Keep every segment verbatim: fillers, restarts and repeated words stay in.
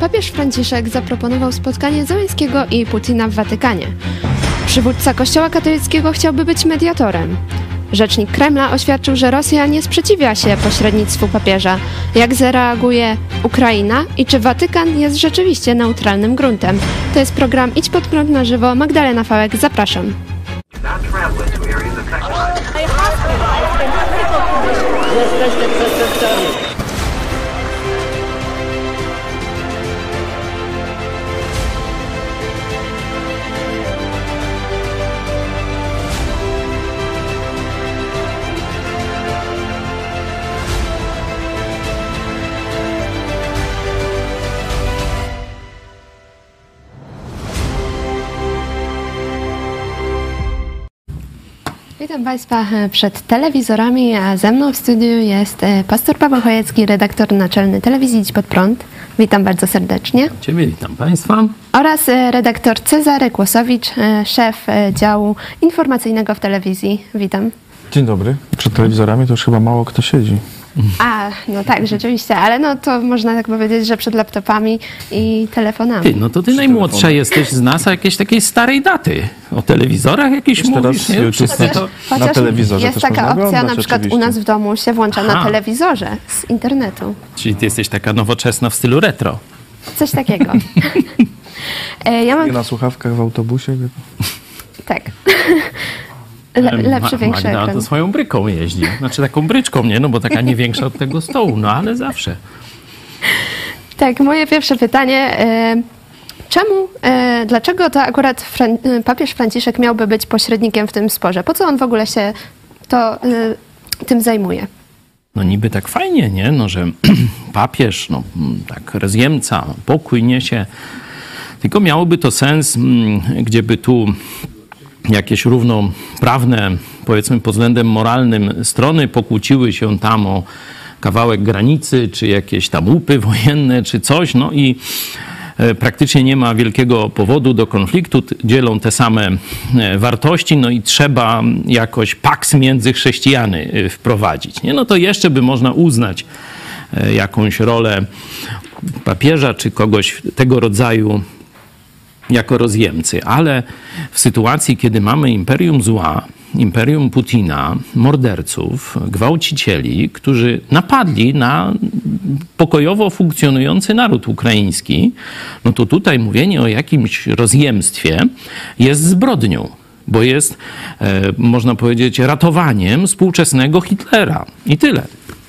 Papież Franciszek zaproponował spotkanie Zełenskiego i Putina w Watykanie. Przywódca Kościoła katolickiego chciałby być mediatorem. Rzecznik Kremla oświadczył, że Rosja nie sprzeciwia się pośrednictwu papieża. Jak zareaguje Ukraina i czy Watykan jest rzeczywiście neutralnym gruntem? To jest program Idź pod prąd na żywo. Magdalena Fałek, zapraszam. Jesteście przestępcami. Witam Państwa przed telewizorami, a ze mną w studiu jest pastor Paweł Chojecki, redaktor naczelny telewizji Idź pod prąd. Witam bardzo serdecznie. Ciebie witam Państwa. Oraz redaktor Cezary Kłosowicz, szef działu informacyjnego w telewizji. Witam. Dzień dobry. Przed telewizorami to już chyba mało kto siedzi. A, no tak, rzeczywiście, ale no to można tak powiedzieć, że przed laptopami i telefonami. Ty, no to ty najmłodsza telefonu. Jesteś z nas, a jakiejś takiej starej daty. O telewizorach jakiś już mówisz, teraz nie? Wszyscy to... Chociaż na telewizorze jest też taka opcja, oglądać, na przykład oczywiście. u nas w domu się włącza Aha. na telewizorze z internetu. Czyli ty jesteś taka nowoczesna w stylu retro. Coś takiego. ja mam... Na słuchawkach w autobusie? Tak. Le, lepszy, większy Magda ekran. to swoją bryką jeździ. Znaczy taką bryczką, nie? No bo taka nie większa od tego stołu, no ale zawsze. Tak, moje pierwsze pytanie. E, czemu, e, dlaczego to akurat Fran, papież Franciszek miałby być pośrednikiem w tym sporze? Po co on w ogóle się to, e, tym zajmuje? No niby tak fajnie, nie? No, że papież, no tak rozjemca, pokój niesie. Tylko miałoby to sens, gdzieby tu jakieś równoprawne, powiedzmy pod względem moralnym strony pokłóciły się tam o kawałek granicy, czy jakieś tam łupy wojenne, czy coś, no i praktycznie nie ma wielkiego powodu do konfliktu, dzielą te same wartości, no i trzeba jakoś paks między chrześcijany wprowadzić, nie? No to jeszcze by można uznać jakąś rolę papieża, czy kogoś tego rodzaju jako rozjemcy, ale w sytuacji, kiedy mamy imperium zła, imperium Putina, morderców, gwałcicieli, którzy napadli na pokojowo funkcjonujący naród ukraiński, no to tutaj mówienie o jakimś rozjemstwie jest zbrodnią, bo jest, e, można powiedzieć, ratowaniem współczesnego Hitlera. I tyle.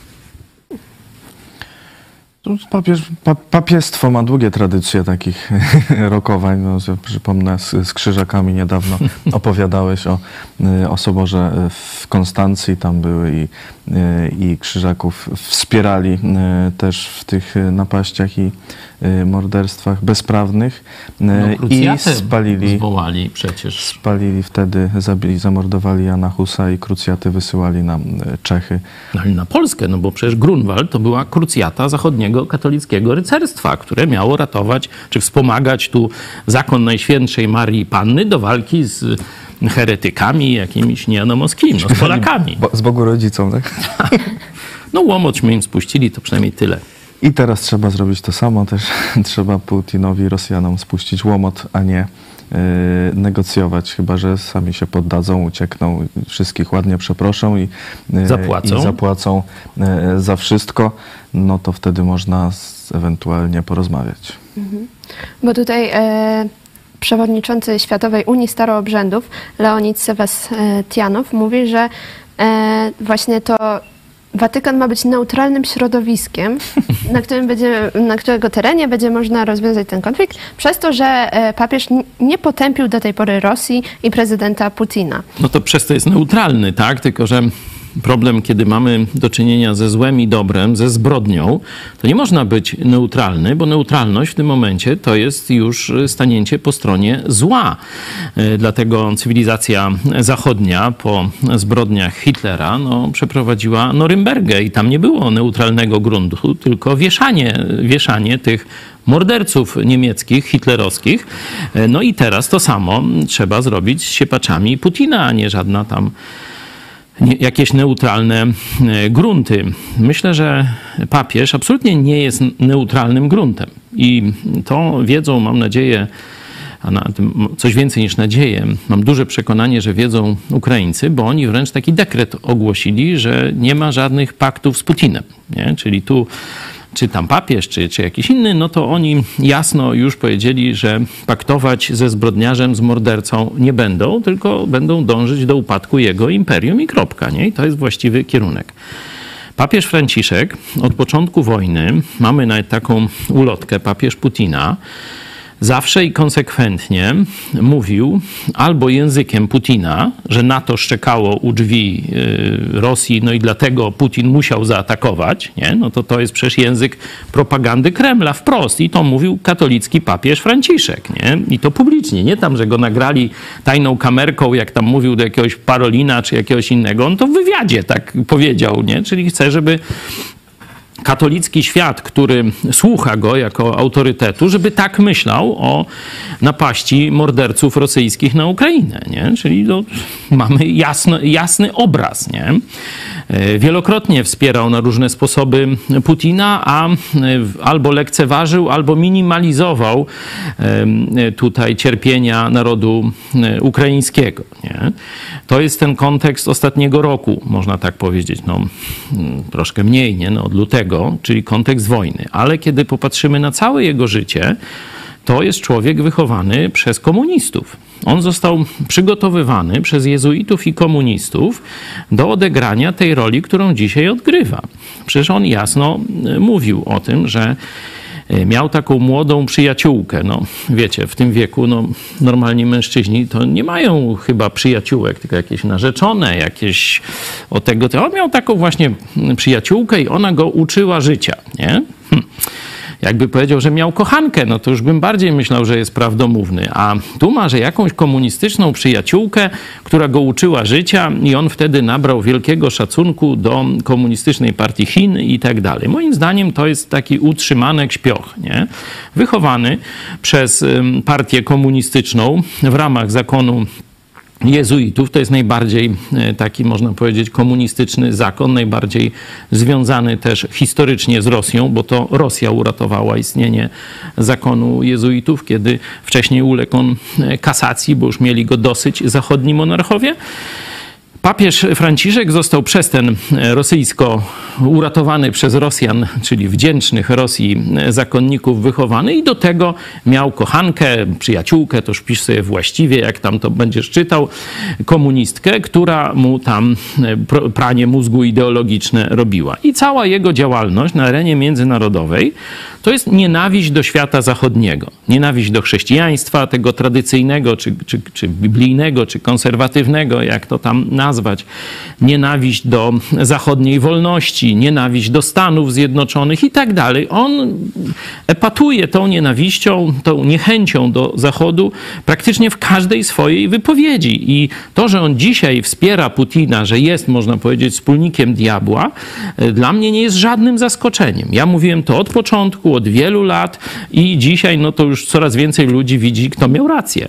Papież, pa, papiestwo ma długie tradycje takich rokowań. No, przypomnę, z, z krzyżakami niedawno opowiadałeś o, o soborze w Konstancji. Tam były i, i krzyżaków wspierali też w tych napaściach i morderstwach bezprawnych. No, i spalili, zwołali przecież. Spalili wtedy, zabili, zamordowali Jana Husa i krucjaty wysyłali na Czechy. No ale na Polskę, no bo przecież Grunwald to była krucjata zachodniego katolickiego rycerstwa, które miało ratować, czy wspomagać tu zakon Najświętszej Marii Panny do walki z heretykami jakimiś nie wiadomo z kim, no z Polakami. Z Bogu rodzicom, tak? No łomoćmy im spuścili, to przynajmniej tyle. I teraz trzeba zrobić to samo, też trzeba Putinowi, Rosjanom spuścić łomot, a nie yy, negocjować, chyba że sami się poddadzą, uciekną, wszystkich ładnie przeproszą i, yy, zapłacą, i zapłacą yy, za wszystko, no to wtedy można z, ewentualnie porozmawiać. Mhm. Bo tutaj e, przewodniczący Światowej Unii Staroobrzędów Leonid Sebastianow mówi, że e, właśnie to Watykan ma być neutralnym środowiskiem, na, którym będzie, na którego terenie będzie można rozwiązać ten konflikt, przez to, że papież nie potępił do tej pory Rosji i prezydenta Putina. No to przez to jest neutralny, tak? Tylko że problem, kiedy mamy do czynienia ze złem i dobrem, ze zbrodnią, to nie można być neutralny, bo neutralność w tym momencie to jest już stanięcie po stronie zła. Dlatego cywilizacja zachodnia po zbrodniach Hitlera no, przeprowadziła Norymbergę i tam nie było neutralnego gruntu, tylko wieszanie, wieszanie tych morderców niemieckich, hitlerowskich. No i teraz to samo trzeba zrobić z siepaczami Putina, a nie żadna tam nie, jakieś neutralne grunty. Myślę, że papież absolutnie nie jest neutralnym gruntem. I to wiedzą, mam nadzieję, a na tym coś więcej niż nadzieję, mam duże przekonanie, że wiedzą Ukraińcy, bo oni wręcz taki dekret ogłosili, że nie ma żadnych paktów z Putinem. Nie? Czyli tu czy tam papież, czy, czy jakiś inny, no to oni jasno już powiedzieli, że paktować ze zbrodniarzem, z mordercą nie będą, tylko będą dążyć do upadku jego imperium i kropka. Nie? I to jest właściwy kierunek. Papież Franciszek od początku wojny, mamy nawet taką ulotkę, papież Putina, zawsze i konsekwentnie mówił albo językiem Putina, że NATO szczekało u drzwi Rosji, no i dlatego Putin musiał zaatakować, nie? No to to jest przecież język propagandy Kremla wprost. I to mówił katolicki papież Franciszek, nie? I to publicznie, nie tam, że go nagrali tajną kamerką, jak tam mówił do jakiegoś Parolina czy jakiegoś innego. On to w wywiadzie tak powiedział, nie? Czyli chce, żeby katolicki świat, który słucha go jako autorytetu, żeby tak myślał o napaści morderców rosyjskich na Ukrainę, nie? Czyli no, mamy jasno, jasny obraz, nie? Wielokrotnie wspierał na różne sposoby Putina, a albo lekceważył, albo minimalizował tutaj cierpienia narodu ukraińskiego, nie? To jest ten kontekst ostatniego roku, można tak powiedzieć, no troszkę mniej, nie? No, od lutego, czyli kontekst wojny. Ale kiedy popatrzymy na całe jego życie, to jest człowiek wychowany przez komunistów. On został przygotowywany przez jezuitów i komunistów do odegrania tej roli, którą dzisiaj odgrywa. Przecież on jasno mówił o tym, że miał taką młodą przyjaciółkę. No, wiecie, w tym wieku no, normalni mężczyźni to nie mają chyba przyjaciółek, tylko jakieś narzeczone, jakieś o tego. On miał taką właśnie przyjaciółkę i ona go uczyła życia, nie? Hm. Jakby powiedział, że miał kochankę, no to już bym bardziej myślał, że jest prawdomówny. A tu ma, że jakąś komunistyczną przyjaciółkę, która go uczyła życia i on wtedy nabrał wielkiego szacunku do komunistycznej partii Chin i tak dalej. Moim zdaniem to jest taki utrzymanek śpioch, nie? Wychowany przez partię komunistyczną w ramach zakonu jezuitów. To jest najbardziej taki, można powiedzieć, komunistyczny zakon, najbardziej związany też historycznie z Rosją, bo to Rosja uratowała istnienie zakonu jezuitów, kiedy wcześniej uległ on kasacji, bo już mieli go dosyć zachodni monarchowie. Papież Franciszek został przez ten rosyjsko uratowany przez Rosjan, czyli wdzięcznych Rosji zakonników wychowany i do tego miał kochankę, przyjaciółkę, to już pisz sobie właściwie, jak tam to będziesz czytał, komunistkę, która mu tam pranie mózgu ideologiczne robiła. I cała jego działalność na arenie międzynarodowej to jest nienawiść do świata zachodniego, nienawiść do chrześcijaństwa, tego tradycyjnego, czy, czy, czy biblijnego, czy konserwatywnego, jak to tam nazwać, nienawiść do zachodniej wolności, nienawiść do Stanów Zjednoczonych i tak dalej. On epatuje tą nienawiścią, tą niechęcią do Zachodu praktycznie w każdej swojej wypowiedzi. I to, że on dzisiaj wspiera Putina, że jest, można powiedzieć, wspólnikiem diabła, dla mnie nie jest żadnym zaskoczeniem. Ja mówiłem to od początku, od wielu lat i dzisiaj no to już coraz więcej ludzi widzi, kto miał rację.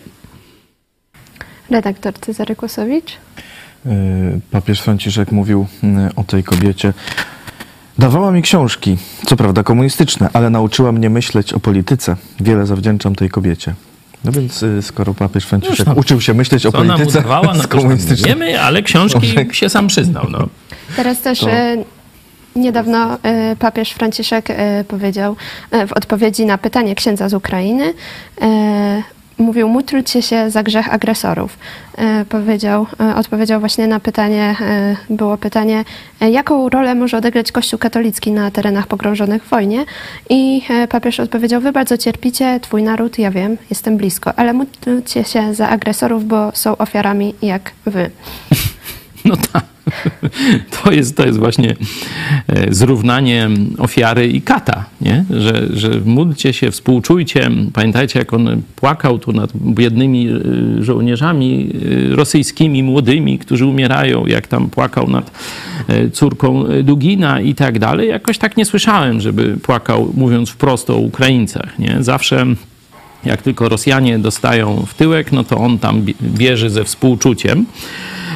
Redaktor Cezary Kłosowicz. Papież Franciszek mówił o tej kobiecie. Dawała mi książki, co prawda komunistyczne, ale nauczyła mnie myśleć o polityce. Wiele zawdzięczam tej kobiecie. No więc skoro papież Franciszek tam, uczył się myśleć o co polityce udawała, no z komunistycznej... Wiemy, ale książki się sam przyznał. No. Teraz też... To... Niedawno papież Franciszek powiedział w odpowiedzi na pytanie księdza z Ukrainy, mówił, módlcie się za grzech agresorów. Powiedział, odpowiedział właśnie na pytanie, było pytanie, jaką rolę może odegrać Kościół katolicki na terenach pogrążonych w wojnie? I papież odpowiedział, wy bardzo cierpicie, twój naród, ja wiem, jestem blisko, ale módlcie się za agresorów, bo są ofiarami jak wy. No tak. To jest, to jest właśnie zrównanie ofiary i kata, nie? Że, że módlcie się, współczujcie. Pamiętajcie, jak on płakał tu nad biednymi żołnierzami rosyjskimi, młodymi, którzy umierają, jak tam płakał nad córką Dugina i tak dalej. Jakoś tak nie słyszałem, żeby płakał, mówiąc wprost o Ukraińcach, nie? Zawsze jak tylko Rosjanie dostają w tyłek, no to on tam bierze ze współczuciem.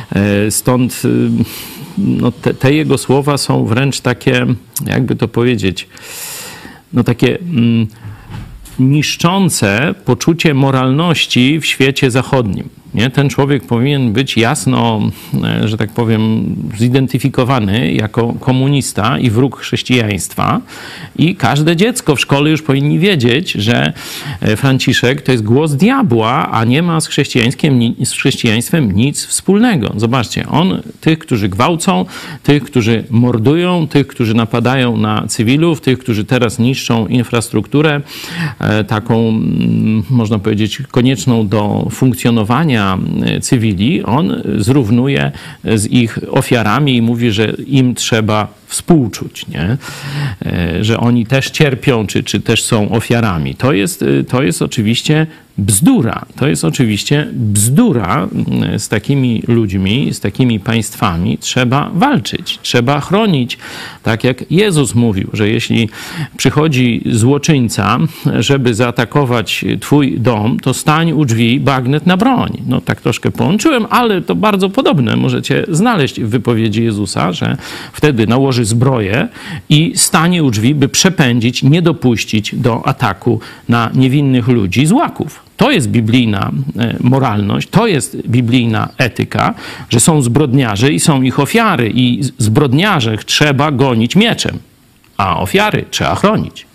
Stąd no, te, te jego słowa są wręcz takie, jakby to powiedzieć, no takie mm, niszczące poczucie moralności w świecie zachodnim. Nie? Ten człowiek powinien być jasno, że tak powiem, zidentyfikowany jako komunista i wróg chrześcijaństwa. I każde dziecko w szkole już powinni wiedzieć, że Franciszek to jest głos diabła, a nie ma z chrześcijaństwem, z chrześcijaństwem nic wspólnego. Zobaczcie, on tych, którzy gwałcą, tych, którzy mordują, tych, którzy napadają na cywilów, tych, którzy teraz niszczą infrastrukturę, taką, można powiedzieć, konieczną do funkcjonowania cywili, on zrównuje z ich ofiarami i mówi, że im trzeba współczuć, nie? Że oni też cierpią, czy, czy też są ofiarami. To jest, to jest oczywiście bzdura. To jest oczywiście bzdura. Z takimi ludźmi, z takimi państwami trzeba walczyć. Trzeba chronić. Tak jak Jezus mówił, że jeśli przychodzi złoczyńca, żeby zaatakować twój dom, to stań u drzwi, bagnet na broń. No tak troszkę połączyłem, ale to bardzo podobne. Możecie znaleźć w wypowiedzi Jezusa, że wtedy nałoży zbroję i stanie u drzwi, by przepędzić, nie dopuścić do ataku na niewinnych ludzi z łaków. To jest biblijna moralność, to jest biblijna etyka, że są zbrodniarze i są ich ofiary i zbrodniarzy trzeba gonić mieczem, a ofiary trzeba chronić.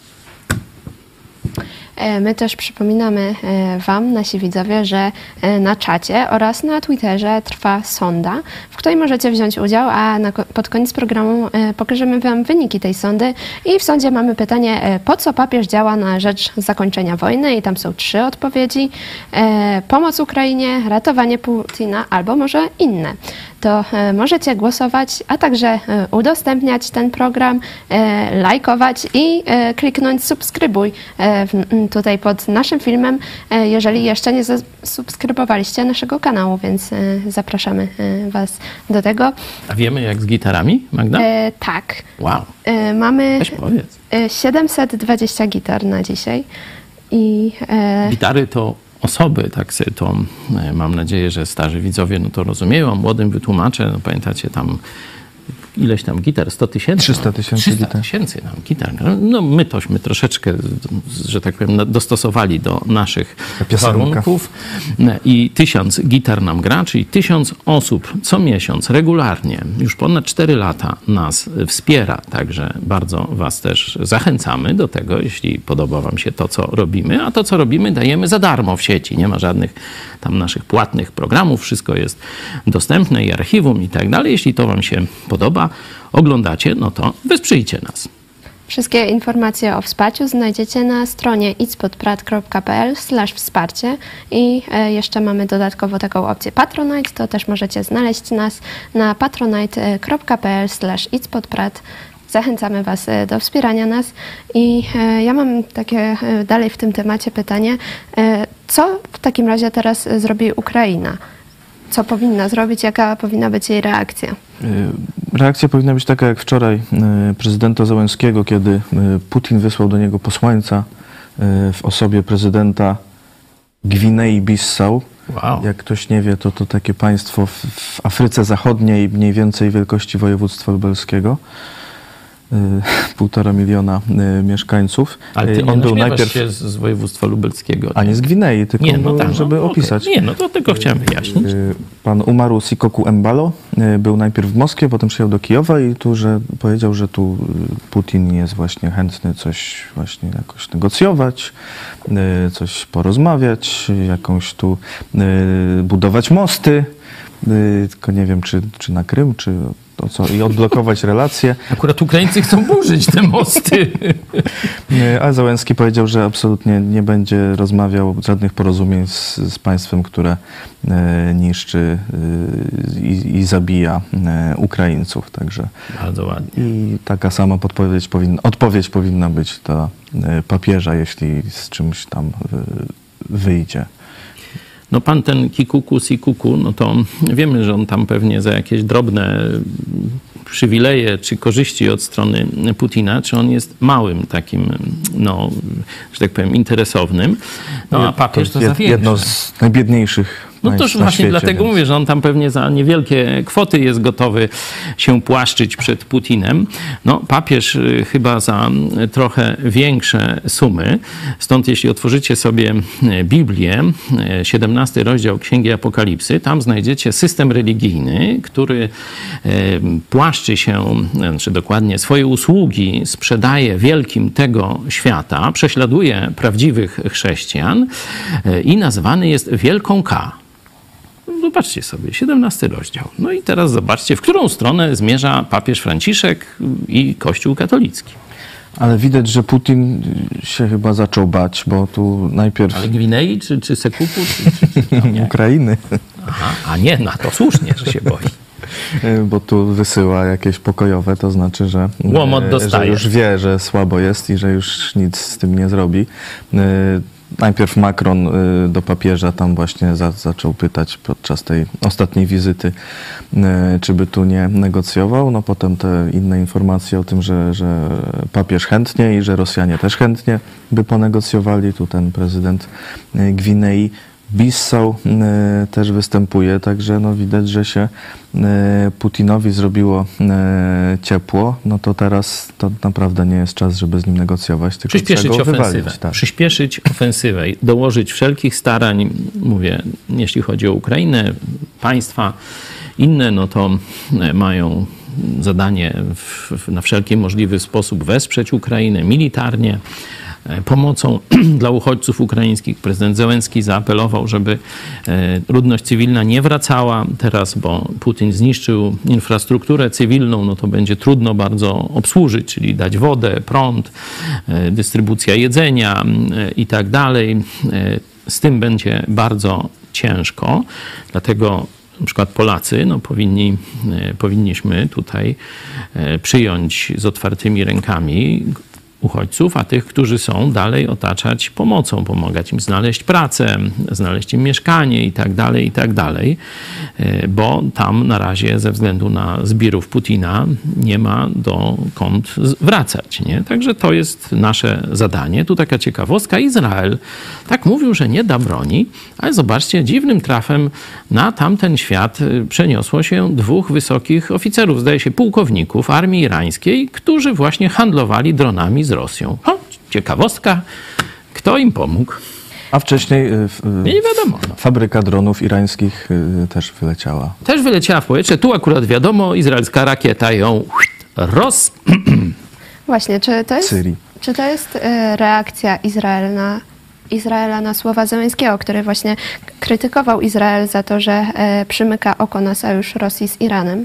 My też przypominamy Wam, nasi widzowie, że na czacie oraz na Twitterze trwa sonda, w której możecie wziąć udział, a na, pod koniec programu pokażemy Wam wyniki tej sondy. I w sondzie mamy pytanie, po co papież działa na rzecz zakończenia wojny? I tam są trzy odpowiedzi. Pomoc Ukrainie, ratowanie Putina albo może inne. To możecie głosować, a także udostępniać ten program, lajkować i kliknąć subskrybuj tutaj pod naszym filmem, jeżeli jeszcze nie zasubskrybowaliście naszego kanału, więc zapraszamy Was do tego. A wiemy jak z gitarami, Magda? E, tak. Wow. E, mamy Weź powiedz. siedemset dwadzieścia gitar na dzisiaj. I, e... Gitary to osoby, tak sobie to mam nadzieję, że starzy widzowie no to rozumieją, a młodym wytłumaczę, no pamiętacie tam ileś tam gitar, sto tysięcy? trzysta tysięcy trzysta gitar. tysięcy nam gitar. No my tośmy troszeczkę, że tak powiem, dostosowali do naszych Piosenka. warunków i tysiąc gitar nam gra, czyli tysiąc osób co miesiąc, regularnie, już ponad cztery lata nas wspiera, także bardzo was też zachęcamy do tego, jeśli podoba wam się to, co robimy, a to, co robimy, dajemy za darmo w sieci, nie ma żadnych tam naszych płatnych programów, wszystko jest dostępne i archiwum i tak dalej. Jeśli to wam się podoba, oglądacie, no to wesprzyjcie nas. Wszystkie informacje o wsparciu znajdziecie na stronie idźspodprat kropka p l slash wsparcie i jeszcze mamy dodatkowo taką opcję Patronite, to też możecie znaleźć nas na patronite kropka p l slash idźspodprat. Zachęcamy Was do wspierania nas i ja mam takie dalej w tym temacie pytanie, co w takim razie teraz zrobi Ukraina? Co powinna zrobić, jaka powinna być jej reakcja? Reakcja powinna być taka jak wczoraj prezydenta Zełenskiego, kiedy Putin wysłał do niego posłańca w osobie prezydenta Gwinei-Bissau. Wow. Jak ktoś nie wie, to to takie państwo w, w Afryce Zachodniej, mniej więcej wielkości województwa lubelskiego. Półtora miliona y, mieszkańców. Ale ty nie On był najpierw się z, z województwa lubelskiego. A nie z Gwinei, tylko nie, no tak, żeby no, opisać. Okay. Nie, no to tylko chciałem wyjaśnić. Y, Pan Umaru Sikoku Embalo y, był najpierw w Moskwie, potem przyjechał do Kijowa i tu, że powiedział, że tu Putin jest właśnie chętny coś właśnie jakoś negocjować, y, coś porozmawiać, jakąś tu y, budować mosty, y, tylko nie wiem, czy, czy na Krym, czy to co, i odblokować relacje. Akurat Ukraińcy chcą burzyć te mosty. A Zełenski powiedział, że absolutnie nie będzie rozmawiał żadnych porozumień z, z państwem, które e, niszczy e, i, i zabija e, Ukraińców. Także bardzo ładnie. I taka sama podpowiedź powinna, odpowiedź powinna być dla e, papieża, jeśli z czymś tam e, wyjdzie. No pan ten Kikuku, Sikuku, no to wiemy, że on tam pewnie za jakieś drobne przywileje czy korzyści od strony Putina, czy on jest małym takim, no, że tak powiem, interesownym. No a papież to, to za większe. Jedno z najbiedniejszych No na, toż na właśnie świecie, dlatego więc... mówię, że on tam pewnie za niewielkie kwoty jest gotowy się płaszczyć przed Putinem. No papież chyba za trochę większe sumy. Stąd jeśli otworzycie sobie Biblię, siedemnasty rozdział Księgi Apokalipsy, tam znajdziecie system religijny, który płaszczy się, znaczy dokładnie swoje usługi sprzedaje wielkim tego świata, prześladuje prawdziwych chrześcijan i nazwany jest Wielką K. Zobaczcie sobie, siedemnasty rozdział. No i teraz zobaczcie, w którą stronę zmierza papież Franciszek i Kościół katolicki. Ale widać, że Putin się chyba zaczął bać, bo tu najpierw... Ale Gwinei czy, czy Sekupu? Czy, czy, czy, no nie. Ukrainy. Aha, a nie, na to słusznie, że się boi. Bo tu wysyła jakieś pokojowe, to znaczy, że, Łomot dostaje. że już wie, że słabo jest i że już nic z tym nie zrobi. Najpierw Macron do papieża tam właśnie za, zaczął pytać podczas tej ostatniej wizyty, czy by tu nie negocjował. No potem te inne informacje o tym, że, że papież chętnie i że Rosjanie też chętnie by ponegocjowali. Tu ten prezydent Gwinei Bissau e, też występuje, także no widać, że się e, Putinowi zrobiło e, ciepło, no to teraz to naprawdę nie jest czas, żeby z nim negocjować, tylko Przyspieszyć trzeba go ofensywę. wywalić. Tak. Przyspieszyć ofensywę i dołożyć wszelkich starań, mówię, jeśli chodzi o Ukrainę, państwa inne, no to mają zadanie w, na wszelki możliwy sposób wesprzeć Ukrainę militarnie, pomocą dla uchodźców ukraińskich. Prezydent Zełenski zaapelował, żeby ludność cywilna nie wracała teraz, bo Putin zniszczył infrastrukturę cywilną, no to będzie trudno bardzo obsłużyć, czyli dać wodę, prąd, dystrybucja jedzenia i tak dalej. Z tym będzie bardzo ciężko, dlatego na przykład Polacy no, powinni, powinniśmy tutaj przyjąć z otwartymi rękami uchodźców, a tych, którzy są, dalej otaczać pomocą, pomagać im znaleźć pracę, znaleźć im mieszkanie i tak dalej, i tak dalej, bo tam na razie ze względu na zbirów Putina nie ma dokąd wracać, nie? Także to jest nasze zadanie. Tu taka ciekawostka. Izrael tak mówił, że nie da broni, ale zobaczcie, dziwnym trafem na tamten świat przeniosło się dwóch wysokich oficerów, zdaje się pułkowników armii irańskiej, którzy właśnie handlowali dronami z Rosją. O, ciekawostka. Kto im pomógł? A wcześniej Nie wiadomo. No. fabryka dronów irańskich też wyleciała. Też wyleciała w powietrze. Tu akurat wiadomo, izraelska rakieta ją roz... Właśnie, czy to jest, Syrii. czy to jest e, reakcja Izrael na, Izraela na słowa Zełenskiego, który właśnie krytykował Izrael za to, że e, przymyka oko na sojusz Rosji z Iranem?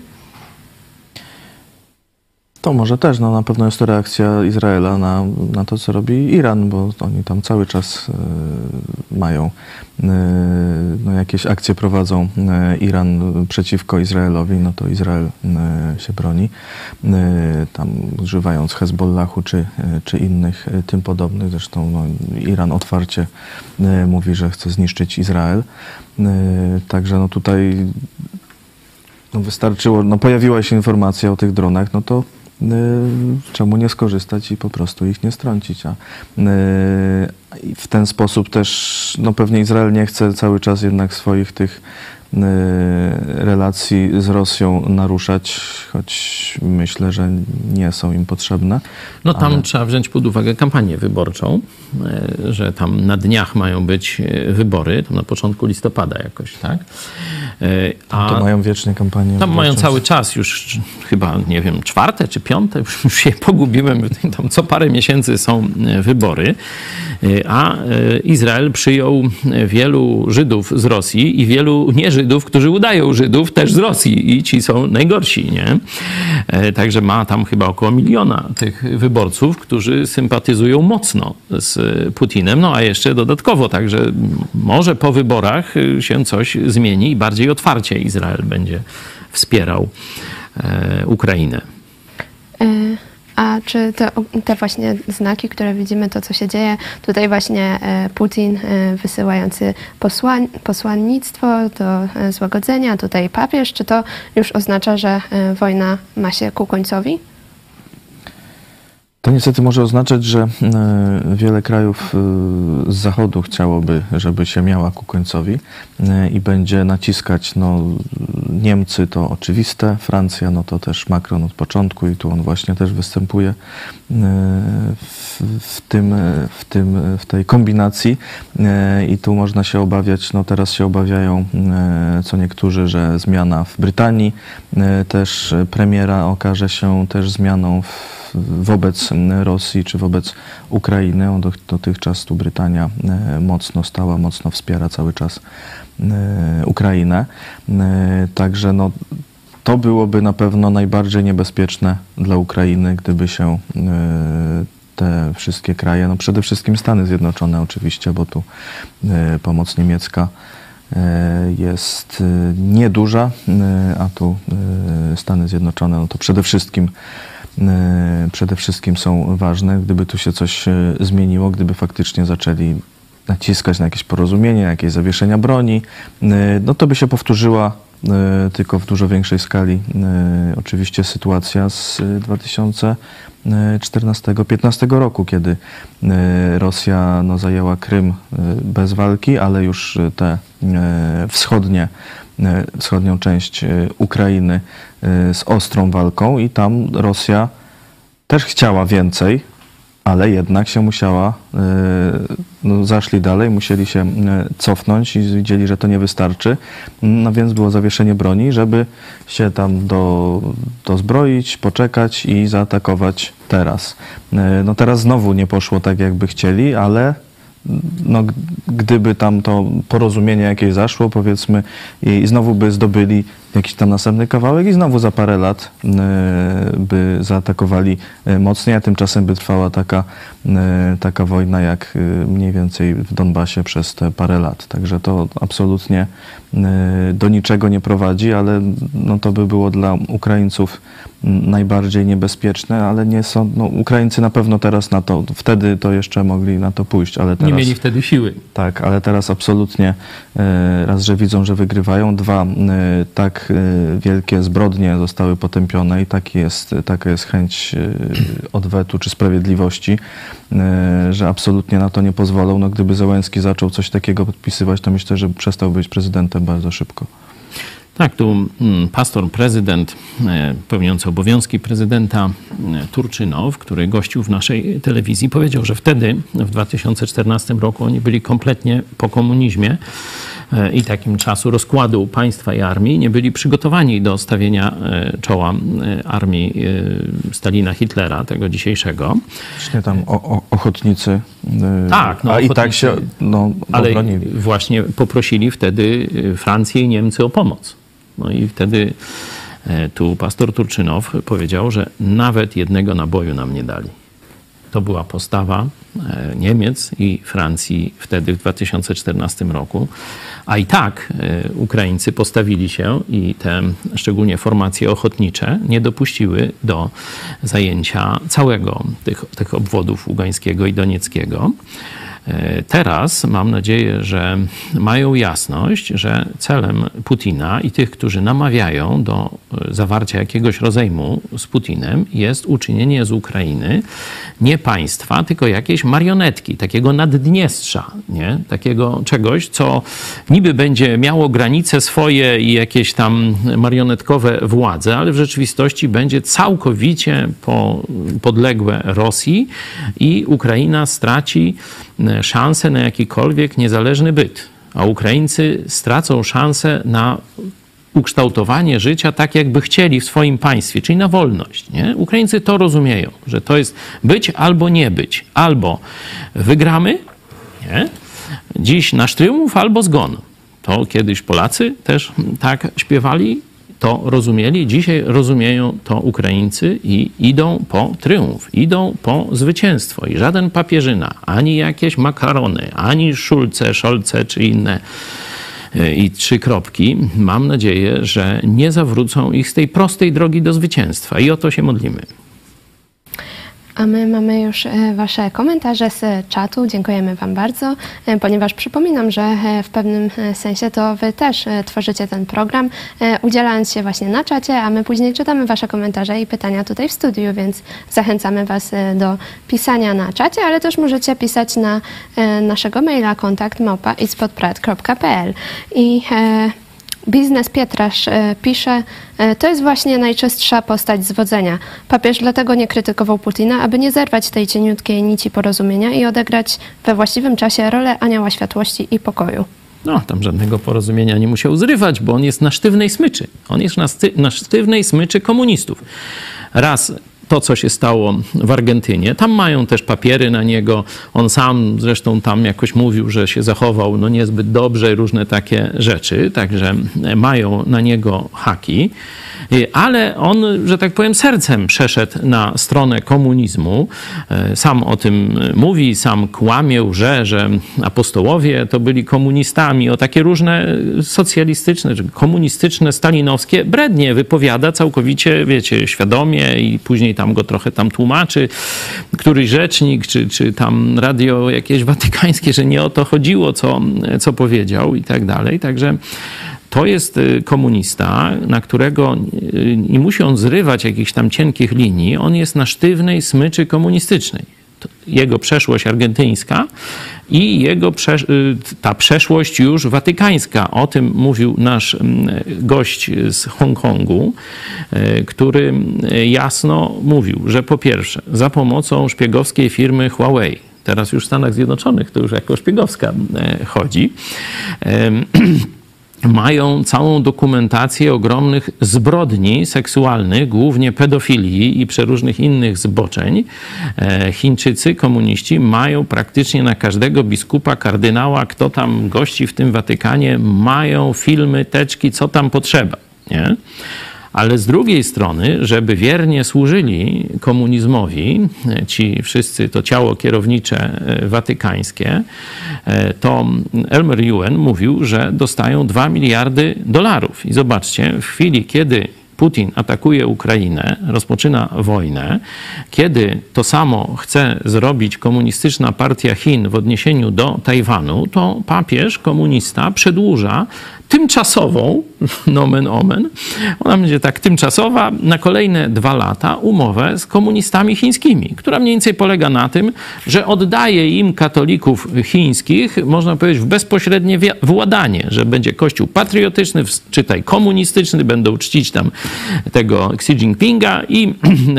To może też, no na pewno jest to reakcja Izraela na, na to, co robi Iran, bo oni tam cały czas y, mają y, no, jakieś akcje prowadzą y, Iran przeciwko Izraelowi, no to Izrael y, się broni, y, tam używając Hezbollahu czy, y, czy innych y, tym podobnych. Zresztą no, Iran otwarcie y, mówi, że chce zniszczyć Izrael. Y, także no tutaj no, wystarczyło, no pojawiła się informacja o tych dronach, no to czemu nie skorzystać i po prostu ich nie strącić. A w ten sposób też, no pewnie Izrael nie chce cały czas jednak swoich tych relacji z Rosją naruszać, choć myślę, że nie są im potrzebne. No tam ale... trzeba wziąć pod uwagę kampanię wyborczą, że tam na dniach mają być wybory, tam na początku listopada jakoś, tak? A to mają wiecznie kampanię Tam wyborczą. mają cały czas już chyba, nie wiem, czwarte czy piąte, już się pogubiłem, tam co parę miesięcy są wybory, a Izrael przyjął wielu Żydów z Rosji i wielu nie-Żydów, którzy udają Żydów też z Rosji i ci są najgorsi, nie? Także ma tam chyba około miliona tych wyborców, którzy sympatyzują mocno z Putinem, no a jeszcze dodatkowo, także może po wyborach się coś zmieni i bardziej otwarcie Izrael będzie wspierał e, Ukrainę. A czy te, te właśnie znaki, które widzimy, to co się dzieje, tutaj właśnie Putin wysyłający posłań, posłannictwo do złagodzenia, tutaj papież, czy to już oznacza, że wojna ma się ku końcowi? To niestety może oznaczać, że e, wiele krajów e, z Zachodu chciałoby, żeby się miała ku końcowi e, i będzie naciskać, no Niemcy to oczywiste, Francja no to też Macron od początku i tu on właśnie też występuje e, w, w, tym, w, tym, w tej kombinacji e, i tu można się obawiać, no teraz się obawiają e, co niektórzy, że zmiana w Brytanii e, też premiera okaże się też zmianą w wobec Rosji czy wobec Ukrainy. On dotychczas tu Brytania mocno stała, mocno wspiera cały czas Ukrainę. Także no, to byłoby na pewno najbardziej niebezpieczne dla Ukrainy, gdyby się te wszystkie kraje, no przede wszystkim Stany Zjednoczone oczywiście, bo tu pomoc niemiecka jest nieduża, a tu Stany Zjednoczone, no to przede wszystkim przede wszystkim są ważne. Gdyby tu się coś zmieniło, gdyby faktycznie zaczęli naciskać na jakieś porozumienie, jakieś zawieszenia broni, no to by się powtórzyła tylko w dużo większej skali oczywiście sytuacja z dwa tysiące czternastego piętnastego roku, kiedy Rosja no, zajęła Krym bez walki, ale już te wschodnie, wschodnią część Ukrainy z ostrą walką i tam Rosja też chciała więcej, ale jednak się musiała, no, zaszli dalej, musieli się cofnąć i widzieli, że to nie wystarczy, no więc było zawieszenie broni, żeby się tam do, dozbroić, poczekać i zaatakować teraz. No teraz znowu nie poszło tak, jakby chcieli, ale no, gdyby tam to porozumienie jakieś zaszło, powiedzmy, i znowu by zdobyli jakiś tam następny kawałek i znowu za parę lat y, by zaatakowali mocniej, a tymczasem by trwała taka, y, taka wojna jak y, mniej więcej w Donbasie przez te parę lat. Także to absolutnie y, do niczego nie prowadzi, ale no, to by było dla Ukraińców najbardziej niebezpieczne, ale nie są, no, Ukraińcy na pewno teraz na to, wtedy to jeszcze mogli na to pójść, ale teraz... Nie mieli wtedy siły. Tak, ale teraz absolutnie y, raz, że widzą, że wygrywają, dwa, y, tak wielkie zbrodnie zostały potępione i taki jest, taka jest chęć odwetu czy sprawiedliwości, że absolutnie na to nie pozwolą. No, gdyby Zełenski zaczął coś takiego podpisywać, to myślę, że przestał być prezydentem bardzo szybko. Tak, tu pastor, prezydent, pełniący obowiązki prezydenta Turczynow, który gościł w naszej telewizji, powiedział, że wtedy, w dwa tysiące czternastym roku, oni byli kompletnie po komunizmie i takim czasu rozkładu państwa i armii, nie byli przygotowani do stawienia czoła armii Stalina, Hitlera, tego dzisiejszego. Właśnie tam o, o, ochotnicy, tak, no, a ochotnicy, i tak się no, obronili. Ale właśnie poprosili wtedy Francję i Niemcy o pomoc. No i wtedy tu pastor Turczynow powiedział, że nawet jednego naboju nam nie dali. To była postawa Niemiec i Francji wtedy w dwa tysiące czternastym roku. A i tak Ukraińcy postawili się i te szczególnie formacje ochotnicze nie dopuściły do zajęcia całego tych, tych obwodów Ługańskiego i Donieckiego. Teraz mam nadzieję, że mają jasność, że celem Putina i tych, którzy namawiają do zawarcia jakiegoś rozejmu z Putinem, jest uczynienie z Ukrainy nie państwa, tylko jakiejś marionetki, takiego Naddniestrza, nie? Takiego czegoś, co niby będzie miało granice swoje i jakieś tam marionetkowe władze, ale w rzeczywistości będzie całkowicie po, podległe Rosji i Ukraina straci szansę na jakikolwiek niezależny byt, a Ukraińcy stracą szansę na ukształtowanie życia tak, jakby chcieli w swoim państwie, czyli na wolność. Nie? Ukraińcy to rozumieją, że to jest być albo nie być. Albo wygramy, nie? Dziś nasz triumf, albo zgon. To kiedyś Polacy też tak śpiewali, to rozumieli. Dzisiaj rozumieją to Ukraińcy i idą po triumf, idą po zwycięstwo. I żaden papierzyna, ani jakieś makarony, ani Szulce, Szolce czy inne i trzy kropki, mam nadzieję, że nie zawrócą ich z tej prostej drogi do zwycięstwa. I o to się modlimy. A my mamy już e, Wasze komentarze z czatu. Dziękujemy Wam bardzo, e, ponieważ przypominam, że e, w pewnym e, sensie to Wy też e, tworzycie ten program, e, udzielając się właśnie na czacie, a my później czytamy Wasze komentarze i pytania tutaj w studiu, więc zachęcamy Was e, do pisania na czacie, ale też możecie pisać na e, naszego maila kontakt małpa itspodprat kropka p l. I e, Biznes Pietrasz e, pisze, e, to jest właśnie najczystsza postać zwodzenia. Papież dlatego nie krytykował Putina, aby nie zerwać tej cieniutkiej nici porozumienia i odegrać we właściwym czasie rolę anioła światłości i pokoju. No, tam żadnego porozumienia nie musiał zrywać, bo on jest na sztywnej smyczy. On jest na, sty- na sztywnej smyczy komunistów. Raz to, co się stało w Argentynie. Tam mają też papiery na niego. On sam zresztą tam jakoś mówił, że się zachował no niezbyt dobrze, różne takie rzeczy. Także mają na niego haki. Ale on, że tak powiem, sercem przeszedł na stronę komunizmu. Sam o tym mówi, sam kłamie, łże, że apostołowie to byli komunistami. O takie różne socjalistyczne, czy komunistyczne, stalinowskie brednie wypowiada całkowicie, wiecie, świadomie i później tam go trochę tam tłumaczy któryś rzecznik, czy, czy tam radio jakieś watykańskie, że nie o to chodziło, co, co powiedział i tak dalej. Także to jest komunista, na którego nie musi on zrywać jakichś tam cienkich linii. On jest na sztywnej smyczy komunistycznej. Jego przeszłość argentyńska i jego przesz- ta przeszłość już watykańska. O tym mówił nasz gość z Hongkongu, który jasno mówił, że po pierwsze za pomocą szpiegowskiej firmy Huawei, teraz już w Stanach Zjednoczonych to już jako szpiegowska chodzi, mają całą dokumentację ogromnych zbrodni seksualnych, głównie pedofilii i przeróżnych innych zboczeń. Chińczycy, komuniści mają praktycznie na każdego biskupa, kardynała, kto tam gości w tym Watykanie, mają filmy, teczki, co tam potrzeba, nie? Ale z drugiej strony, żeby wiernie służyli komunizmowi, ci wszyscy, to ciało kierownicze watykańskie, to Elmer Yuen mówił, że dostają dwa miliardy dolarów. I zobaczcie, w chwili, kiedy Putin atakuje Ukrainę, rozpoczyna wojnę, kiedy to samo chce zrobić komunistyczna partia Chin w odniesieniu do Tajwanu, to papież komunista przedłuża tymczasową, nomen omen, ona będzie tak tymczasowa, na kolejne dwa lata umowę z komunistami chińskimi, która mniej więcej polega na tym, że oddaje im katolików chińskich, można powiedzieć, w bezpośrednie władanie, że będzie kościół patriotyczny, czytaj komunistyczny, będą czcić tam tego Xi Jinpinga i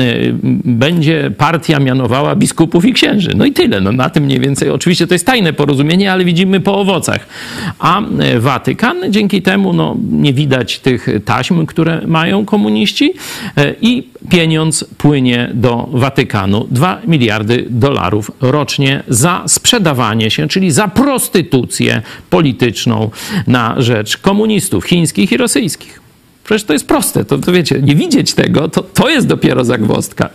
będzie partia mianowała biskupów i księży. No i tyle. No na tym mniej więcej, oczywiście to jest tajne porozumienie, ale widzimy po owocach. A Watykan dzięki temu no, nie widać tych taśm, które mają komuniści i pieniądz płynie do Watykanu. Dwa miliardy dolarów rocznie za sprzedawanie się, czyli za prostytucję polityczną na rzecz komunistów chińskich i rosyjskich. Przecież to jest proste. To, to wiecie, nie widzieć tego, to, to jest dopiero zagwozdka.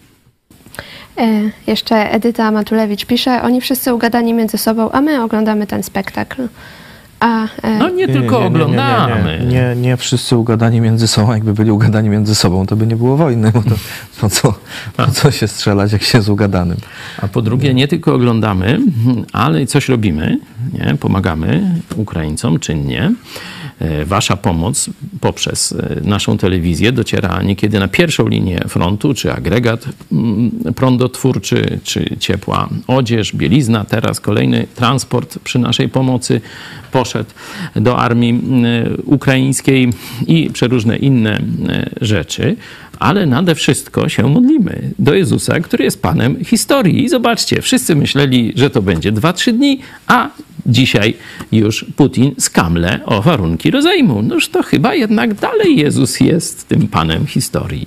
E, jeszcze Edyta Matulewicz pisze, oni wszyscy ugadani między sobą, a my oglądamy ten spektakl. A, e... No nie, nie tylko nie, nie, oglądamy. Nie, nie, nie, nie wszyscy ugadani między sobą. Jakby byli ugadani między sobą, to by nie było wojny, bo to po co, po co się strzelać, jak się jest ugadanym. A po drugie, nie tylko oglądamy, ale coś robimy, nie? Pomagamy Ukraińcom czynnie. Wasza pomoc poprzez naszą telewizję dociera niekiedy na pierwszą linię frontu, czy agregat prądotwórczy, czy ciepła odzież, bielizna. Teraz kolejny transport przy naszej pomocy poszedł do armii ukraińskiej i przeróżne inne rzeczy. Ale nade wszystko się modlimy do Jezusa, który jest Panem historii. I zobaczcie, wszyscy myśleli, że to będzie dwa trzy dni, a dzisiaj już Putin skamle o warunki rozejmu. Noż to chyba jednak dalej Jezus jest tym Panem historii.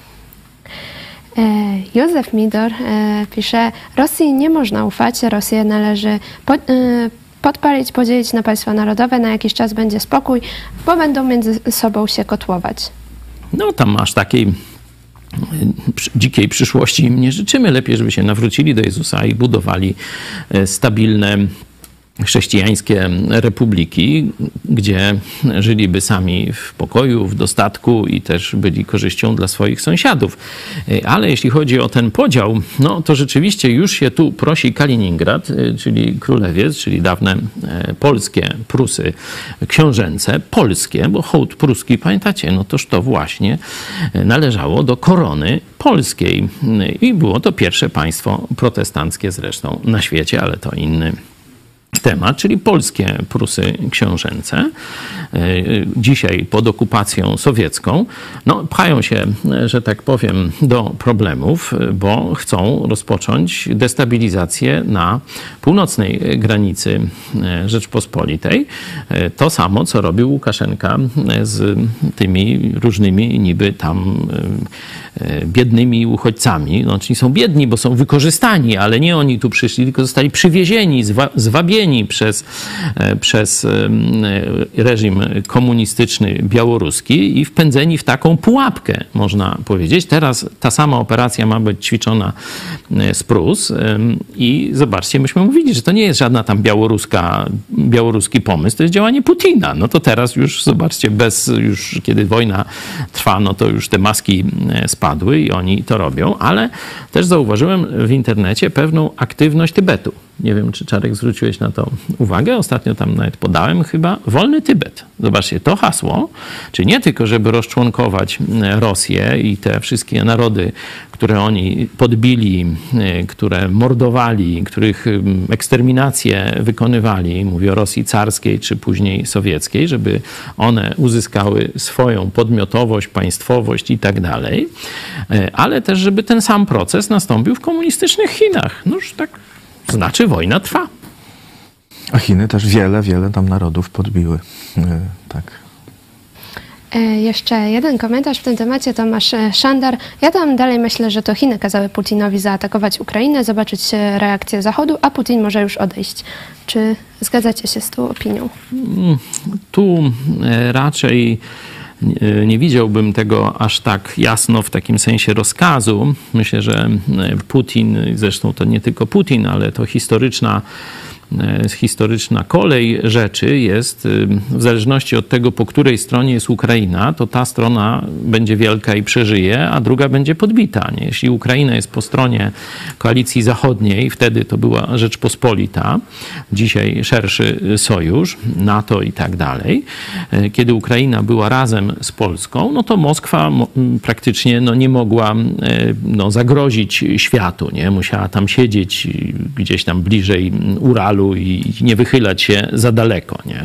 Józef Midor pisze, Rosji nie można ufać, Rosję należy pod, podpalić, podzielić na państwa narodowe, na jakiś czas będzie spokój, bo będą między sobą się kotłować. No tam masz takiej dzikiej przyszłości im nie życzymy. Lepiej, żeby się nawrócili do Jezusa i budowali stabilne chrześcijańskie republiki, gdzie żyliby sami w pokoju, w dostatku i też byli korzyścią dla swoich sąsiadów. Ale jeśli chodzi o ten podział, no to rzeczywiście już się tu prosi Kaliningrad, czyli Królewiec, czyli dawne polskie Prusy książęce, polskie, bo hołd pruski, pamiętacie, no toż to właśnie należało do korony polskiej i było to pierwsze państwo protestanckie zresztą na świecie, ale to inny temat, czyli polskie Prusy książęce, dzisiaj pod okupacją sowiecką, no, pchają się, że tak powiem, do problemów, bo chcą rozpocząć destabilizację na północnej granicy Rzeczpospolitej. To samo, co robił Łukaszenka z tymi różnymi niby tam biednymi uchodźcami. No, czyli są biedni, bo są wykorzystani, ale nie oni tu przyszli, tylko zostali przywiezieni, zwa, zwabieni przez, przez reżim komunistyczny białoruski i wpędzeni w taką pułapkę, można powiedzieć. Teraz ta sama operacja ma być ćwiczona z Prus i zobaczcie, myśmy mówili, że to nie jest żadna tam białoruska, białoruski pomysł, to jest działanie Putina. No to teraz już, zobaczcie, bez, już kiedy wojna trwa, no to już te maski spadły i oni to robią, ale też zauważyłem w internecie pewną aktywność Tybetu. Nie wiem, czy Czarek zwróciłeś na to uwagę. Ostatnio tam nawet podałem chyba wolny Tybet. Zobaczcie, to hasło, czy nie tylko, żeby rozczłonkować Rosję i te wszystkie narody, które oni podbili, które mordowali, których eksterminację wykonywali, mówię o Rosji carskiej czy później sowieckiej, żeby one uzyskały swoją podmiotowość, państwowość i tak dalej, ale też, żeby ten sam proces nastąpił w komunistycznych Chinach. Noż tak znaczy wojna trwa. A Chiny też wiele, wiele tam narodów podbiły. Tak. Jeszcze jeden komentarz w tym temacie, Tomasz Szandar. Ja tam dalej myślę, że to Chiny kazały Putinowi zaatakować Ukrainę, zobaczyć reakcję Zachodu, a Putin może już odejść. Czy zgadzacie się z tą opinią? Tu raczej nie widziałbym tego aż tak jasno w takim sensie rozkazu. Myślę, że Putin, zresztą to nie tylko Putin, ale to historyczna historyczna kolej rzeczy jest, w zależności od tego, po której stronie jest Ukraina, to ta strona będzie wielka i przeżyje, a druga będzie podbita. Nie? Jeśli Ukraina jest po stronie koalicji zachodniej, wtedy to była Rzeczpospolita, dzisiaj szerszy sojusz, NATO i tak dalej. Kiedy Ukraina była razem z Polską, no to Moskwa praktycznie no, nie mogła no, zagrozić światu. Nie? Musiała tam siedzieć gdzieś tam bliżej Uralu i nie wychylać się za daleko. Nie?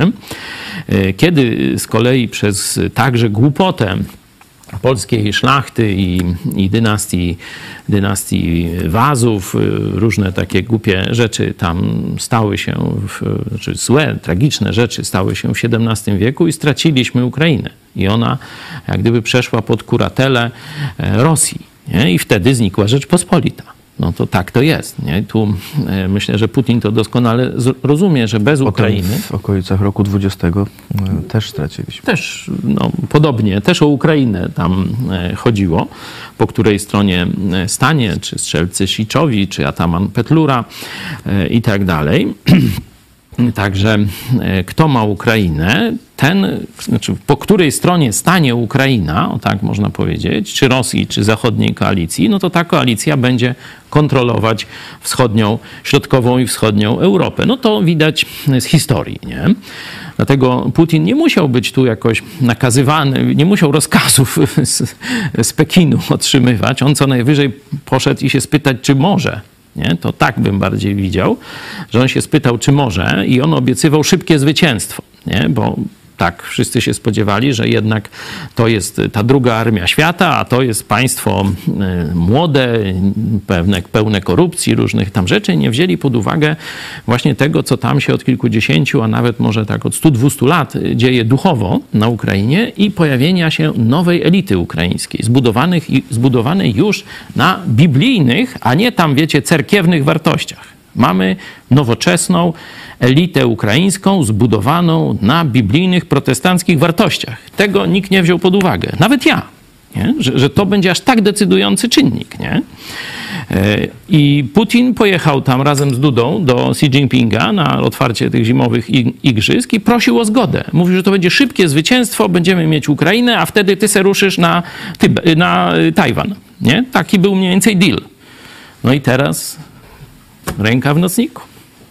Kiedy z kolei przez także głupotę polskiej szlachty i, i dynastii, dynastii Wazów, różne takie głupie rzeczy tam stały się, w, znaczy złe, tragiczne rzeczy stały się w siedemnastym wieku i straciliśmy Ukrainę. I ona jak gdyby przeszła pod kuratelę Rosji. Nie? I wtedy znikła Rzeczpospolita. No to tak to jest. Nie? Tu e, myślę, że Putin to doskonale rozumie, że bez Ukrainy... W okolicach roku dwudziestego e, też straciliśmy. Też, no, podobnie, też o Ukrainę tam e, chodziło, po której stronie stanie, czy strzelcy Siczowi, czy ataman Petlura e, i tak dalej. Także e, kto ma Ukrainę, ten, znaczy po której stronie stanie Ukraina, o tak można powiedzieć, czy Rosji, czy zachodniej koalicji, no to ta koalicja będzie kontrolować wschodnią, środkową i wschodnią Europę. No to widać z historii, nie? Dlatego Putin nie musiał być tu jakoś nakazywany, nie musiał rozkazów z, z Pekinu otrzymywać. On co najwyżej poszedł i się spytać, czy może. Nie? To tak bym bardziej widział, że on się spytał, czy może i on obiecywał szybkie zwycięstwo, nie? Bo tak wszyscy się spodziewali, że jednak to jest ta druga armia świata, a to jest państwo młode, pewne, pełne korupcji, różnych tam rzeczy. Nie wzięli pod uwagę właśnie tego, co tam się od kilkudziesięciu, a nawet może tak od stu, dwustu lat dzieje duchowo na Ukrainie i pojawienia się nowej elity ukraińskiej, zbudowanych, zbudowanej już na biblijnych, a nie tam, wiecie, cerkiewnych wartościach. Mamy nowoczesną elitę ukraińską zbudowaną na biblijnych, protestanckich wartościach. Tego nikt nie wziął pod uwagę. Nawet ja. Nie? Że, że to będzie aż tak decydujący czynnik. Nie? I Putin pojechał tam razem z Dudą do Xi Jinpinga na otwarcie tych zimowych igrzysk i prosił o zgodę. Mówił, że to będzie szybkie zwycięstwo, będziemy mieć Ukrainę, a wtedy ty se ruszysz na, Tybe- na Tajwan. Nie? Taki był mniej więcej deal. No i teraz ręka w nocniku.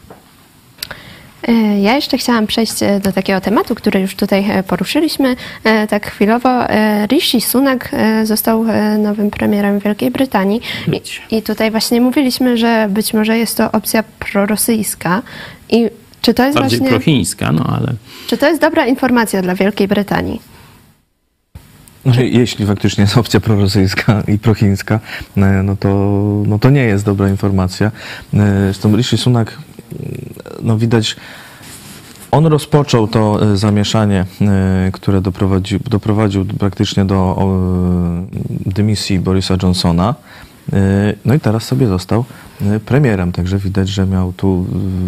Ja jeszcze chciałam przejść do takiego tematu, który już tutaj poruszyliśmy tak chwilowo. Rishi Sunak został nowym premierem Wielkiej Brytanii i, i tutaj właśnie mówiliśmy, że być może jest to opcja prorosyjska. I czy to jest Bardziej właśnie, prochińska, no ale... Czy to jest dobra informacja dla Wielkiej Brytanii? No, jeśli faktycznie jest opcja prorosyjska i prochińska, no to, no to nie jest dobra informacja. Zresztą Rishi Sunak, no widać, on rozpoczął to zamieszanie, które doprowadzi, doprowadził praktycznie do dymisji Borisa Johnsona. No i teraz sobie został premierem, także widać, że miał tu,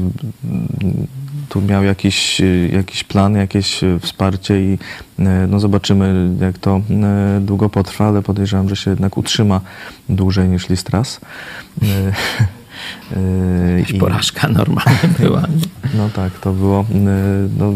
tu miał jakiś, jakiś plan, jakieś wsparcie i no zobaczymy, jak to długo potrwa, ale podejrzewam, że się jednak utrzyma dłużej niż Liz Truss. I porażka normalna była. No tak, to było... No,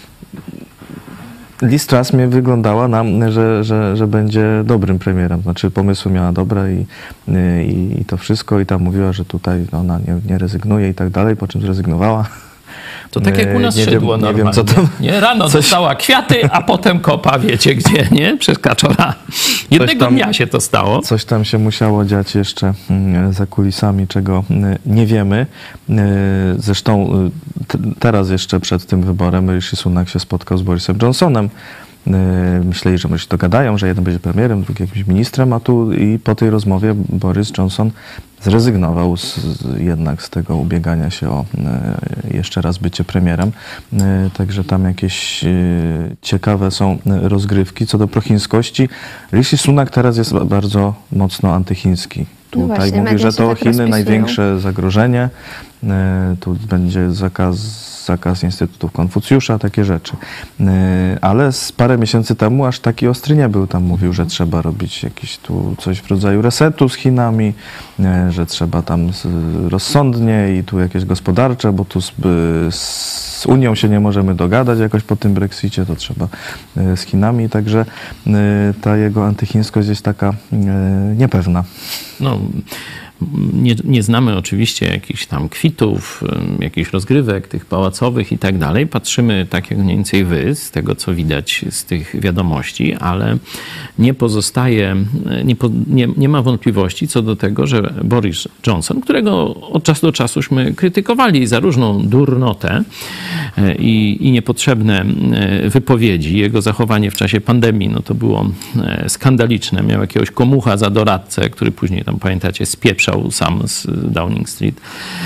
Liz Truss mnie wyglądała na, że, że, że będzie dobrym premierem. Znaczy pomysły miała dobre i, i, i to wszystko. I tam mówiła, że tutaj ona nie, nie rezygnuje i tak dalej, po czym zrezygnowała. To tak jak u nas nie szydło wiem, normalnie. Nie wiem, co to... Nie? Rano coś... dostała kwiaty, a potem kopa, wiecie gdzie, nie? Przez kaczora. Jednego tam, dnia się to stało. Coś tam się musiało dziać jeszcze za kulisami, czego nie wiemy. Zresztą teraz jeszcze przed tym wyborem Rishi Sunak się spotkał z Borisem Johnsonem. Myśleli, że może się dogadają, że jeden będzie premierem, drugi jakimś ministrem, a tu i po tej rozmowie Boris Johnson zrezygnował z, jednak z tego ubiegania się o jeszcze raz bycie premierem. Także tam jakieś ciekawe są rozgrywki. Co do prochińskości, Rishi Sunak teraz jest bardzo mocno antychiński. Tutaj no właśnie, mówi, że to tak Chiny rozpisują. największe zagrożenie. Tu będzie zakaz, zakaz Instytutów Konfucjusza, takie rzeczy. Ale z parę miesięcy temu aż taki ostry nie był. Tam mówił, że trzeba robić jakieś tu coś w rodzaju resetu z Chinami, że trzeba tam rozsądnie i tu jakieś gospodarcze, bo tu z, z Unią się nie możemy dogadać jakoś po tym Brexicie, to trzeba z Chinami. Także ta jego antychińskość jest taka niepewna. No, nie, nie znamy oczywiście jakichś tam kwitów, jakichś rozgrywek tych pałacowych i tak dalej. Patrzymy tak jak mniej więcej wy, z tego co widać z tych wiadomości, ale nie pozostaje, nie, po, nie, nie ma wątpliwości co do tego, że Boris Johnson, którego od czasu do czasuśmy krytykowali za różną durnotę i, i niepotrzebne wypowiedzi, jego zachowanie w czasie pandemii, no to było skandaliczne. Miał jakiegoś komucha za doradcę, który później tam, pamiętacie, spieprzał sam z Downing Street,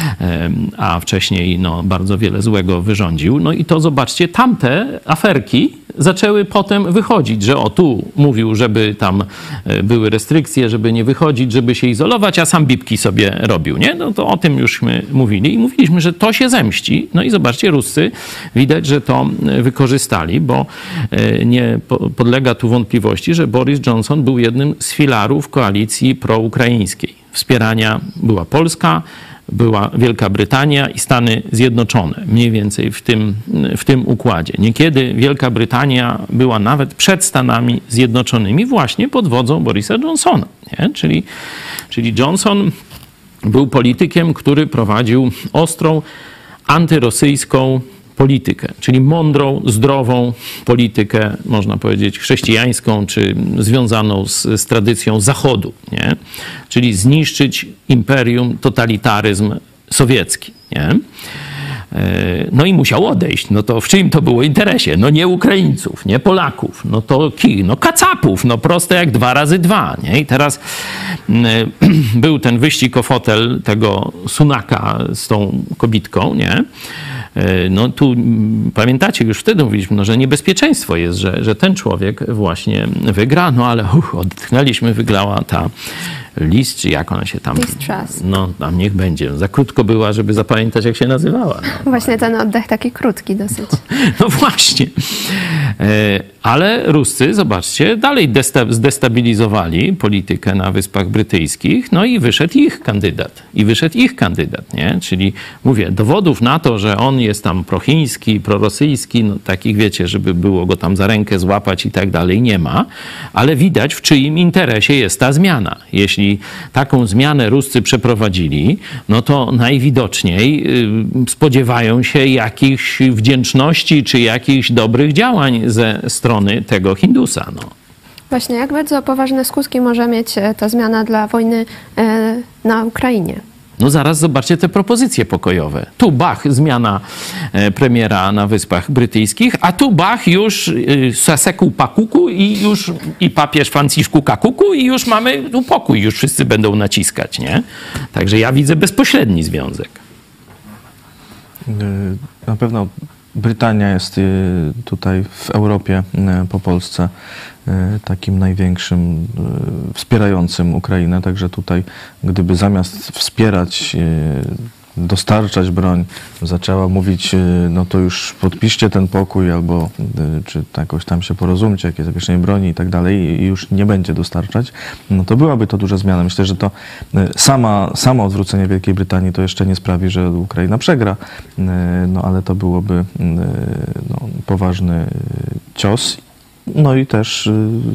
a wcześniej no, bardzo wiele złego wyrządził. No i to zobaczcie, tamte aferki zaczęły potem wychodzić, że o tu mówił, żeby tam były restrykcje, żeby nie wychodzić, żeby się izolować, a sam bibki sobie robił, nie? No to o tym jużśmy mówili i mówiliśmy, że to się zemści. No i zobaczcie, Ruscy widać, że to wykorzystali, bo nie podlega tu wątpliwości, że Boris Johnson był jednym z filarów koalicji proukraińskiej. Wspierania była Polska, była Wielka Brytania i Stany Zjednoczone, mniej więcej w tym, w tym układzie. Niekiedy Wielka Brytania była nawet przed Stanami Zjednoczonymi właśnie pod wodzą Borisa Johnsona. Nie? Czyli, czyli Johnson był politykiem, który prowadził ostrą antyrosyjską politykę, czyli mądrą, zdrową politykę, można powiedzieć, chrześcijańską, czy związaną z, z tradycją Zachodu, nie? Czyli zniszczyć imperium, totalitaryzm sowiecki, nie? No i musiał odejść. No to w czyim to było interesie? No nie Ukraińców, nie Polaków, no to ki, no kacapów, no proste jak dwa razy dwa, nie? I teraz był ten wyścig o fotel tego Sunaka z tą kobitką, nie? No tu pamiętacie, już wtedy mówiliśmy, no, że niebezpieczeństwo jest, że, że ten człowiek właśnie wygra, no ale uh, odetchnęliśmy, wygrała ta Lis, czy jak ona się tam... Liz Truss. No, tam niech będzie. Za krótko była, żeby zapamiętać, jak się nazywała. No. Właśnie ten oddech taki krótki dosyć. No właśnie. E, ale Ruscy, zobaczcie, dalej desta- zdestabilizowali politykę na Wyspach Brytyjskich, no i wyszedł ich kandydat. I wyszedł ich kandydat, nie? Czyli mówię, dowodów na to, że on jest tam prochiński, prorosyjski, no takich wiecie, żeby było go tam za rękę złapać i tak dalej, nie ma. Ale widać, w czyim interesie jest ta zmiana. Jeśli taką zmianę Ruscy przeprowadzili, no to najwidoczniej y, spodziewają się jakichś wdzięczności czy jakichś dobrych działań ze strony tego Hindusa. No. Właśnie, jak bardzo poważne skutki może mieć e, ta zmiana dla wojny e, na Ukrainie? No zaraz zobaczcie te propozycje pokojowe. Tu bach, zmiana e, premiera na Wyspach Brytyjskich, a tu bach już y, Saseku Pakuku i już i papież Franciszku Kakuku i już mamy tu pokój, już wszyscy będą naciskać, nie? Także ja widzę bezpośredni związek. Na pewno Brytania jest tutaj w Europie po Polsce takim największym wspierającym Ukrainę, także tutaj gdyby zamiast wspierać, dostarczać broń, zaczęła mówić, no to już podpiszcie ten pokój albo czy jakoś tam się porozumcie, jakie zawieszenie broni i tak dalej i już nie będzie dostarczać, no to byłaby to duża zmiana. Myślę, że to sama, samo odwrócenie Wielkiej Brytanii to jeszcze nie sprawi, że Ukraina przegra, no ale to byłoby no, poważny cios, no i też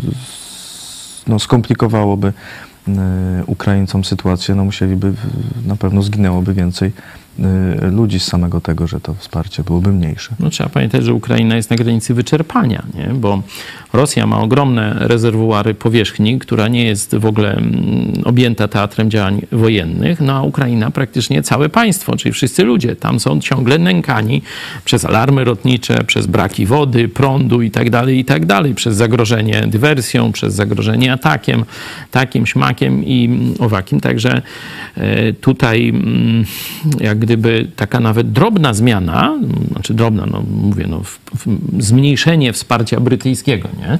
no, skomplikowałoby Ukraińcom sytuację, no musieliby, na pewno zginęłoby więcej ludzi z samego tego, że to wsparcie byłoby mniejsze. No, trzeba pamiętać, że Ukraina jest na granicy wyczerpania, nie? Bo Rosja ma ogromne rezerwuary powierzchni, która nie jest w ogóle objęta teatrem działań wojennych, no a Ukraina praktycznie całe państwo, czyli wszyscy ludzie tam są ciągle nękani przez alarmy lotnicze, przez braki wody, prądu i tak dalej, i tak dalej, przez zagrożenie dywersją, przez zagrożenie atakiem, takim, śmakiem i owakim. Także tutaj jak gdyby taka nawet drobna zmiana, znaczy drobna, no mówię, no w, w, zmniejszenie wsparcia brytyjskiego, nie?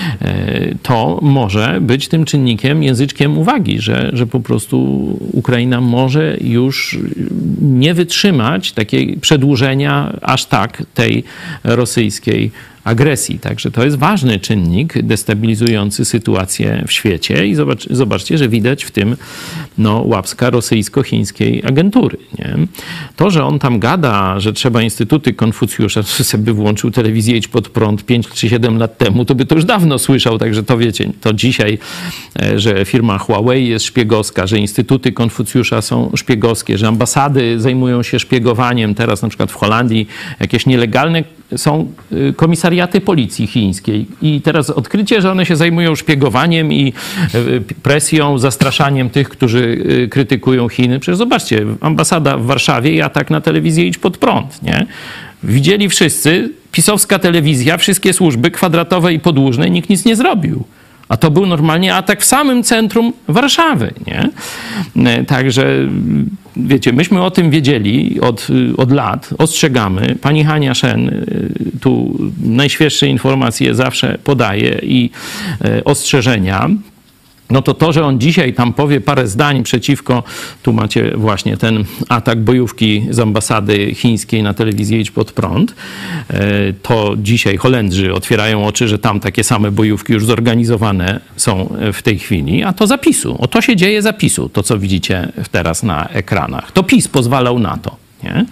To może być tym czynnikiem, języczkiem uwagi, że, że po prostu Ukraina może już nie wytrzymać takiej przedłużenia aż tak tej rosyjskiej agresji. Także to jest ważny czynnik destabilizujący sytuację w świecie i zobacz, zobaczcie, że widać w tym no, łapska rosyjsko-chińskiej agentury. Nie? To, że on tam gada, że trzeba instytuty Konfucjusza, sobie włączył telewizję Idź Pod Prąd pięć czy siedem lat temu, to by to już dawno słyszał, także to wiecie, to dzisiaj, że firma Huawei jest szpiegowska, że instytuty Konfucjusza są szpiegowskie, że ambasady zajmują się szpiegowaniem, teraz na przykład w Holandii jakieś nielegalne są komisariaty policji chińskiej i teraz odkrycie, że one się zajmują szpiegowaniem i presją, zastraszaniem tych, którzy krytykują Chiny. Przecież zobaczcie, ambasada w Warszawie i atak na telewizję Idź Pod Prąd, nie? Widzieli wszyscy, pisowska telewizja, wszystkie służby kwadratowe i podłużne, nikt nic nie zrobił. A to był normalnie atak w samym centrum Warszawy, nie? Także, wiecie, myśmy o tym wiedzieli od, od lat, ostrzegamy. Pani Hania Szen tu najświeższe informacje zawsze podaje i ostrzeżenia. No to to, że on dzisiaj tam powie parę zdań przeciwko, tu macie właśnie ten atak bojówki z ambasady chińskiej na telewizję Idź Pod Prąd, to dzisiaj Holendrzy otwierają oczy, że tam takie same bojówki już zorganizowane są w tej chwili, a to zapisu. O to się dzieje zapisu, to co widzicie teraz na ekranach. To PiS pozwalał na to, nie?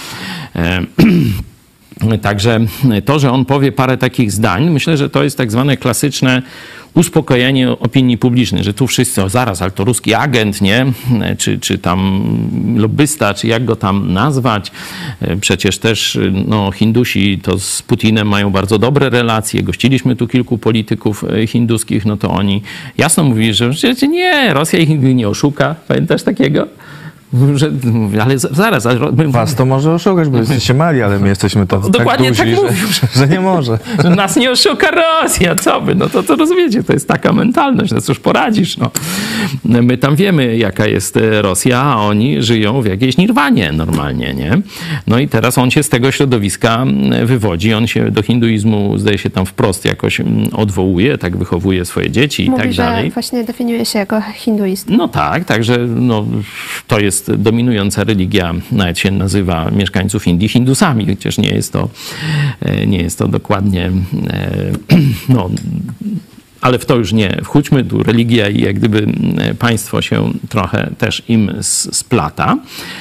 Także to, że on powie parę takich zdań, myślę, że to jest tak zwane klasyczne uspokojenie opinii publicznej, że tu wszyscy, o zaraz, ale to ruski agent, nie? Czy, czy tam lobbysta, czy jak go tam nazwać. Przecież też no, Hindusi to z Putinem mają bardzo dobre relacje. Gościliśmy tu kilku polityków hinduskich, no to oni jasno mówili, że przecież nie, Rosja ich nigdy nie oszuka. Pamiętasz takiego? Że, ale zaraz, ale my, Was to może oszukać, bo jesteście mali, ale my jesteśmy to tak dokładnie duzi, tak że, mówił. że nie może. że nas nie oszuka Rosja, co by? No to, to rozumiecie, to jest taka mentalność, no cóż poradzisz, no. My tam wiemy, jaka jest Rosja, a oni żyją w jakiejś nirwanie normalnie, nie? No i teraz on się z tego środowiska wywodzi, on się do hinduizmu, zdaje się, tam wprost jakoś odwołuje, tak wychowuje swoje dzieci i Mówi, tak że dalej. właśnie definiuje się jako hinduista. No tak, także no, to jest dominująca religia, nawet się nazywa mieszkańców Indii Hindusami, chociaż nie jest to, nie jest to dokładnie, no, ale w to już nie wchódźmy, tu religia i jak gdyby państwo się trochę też im splata.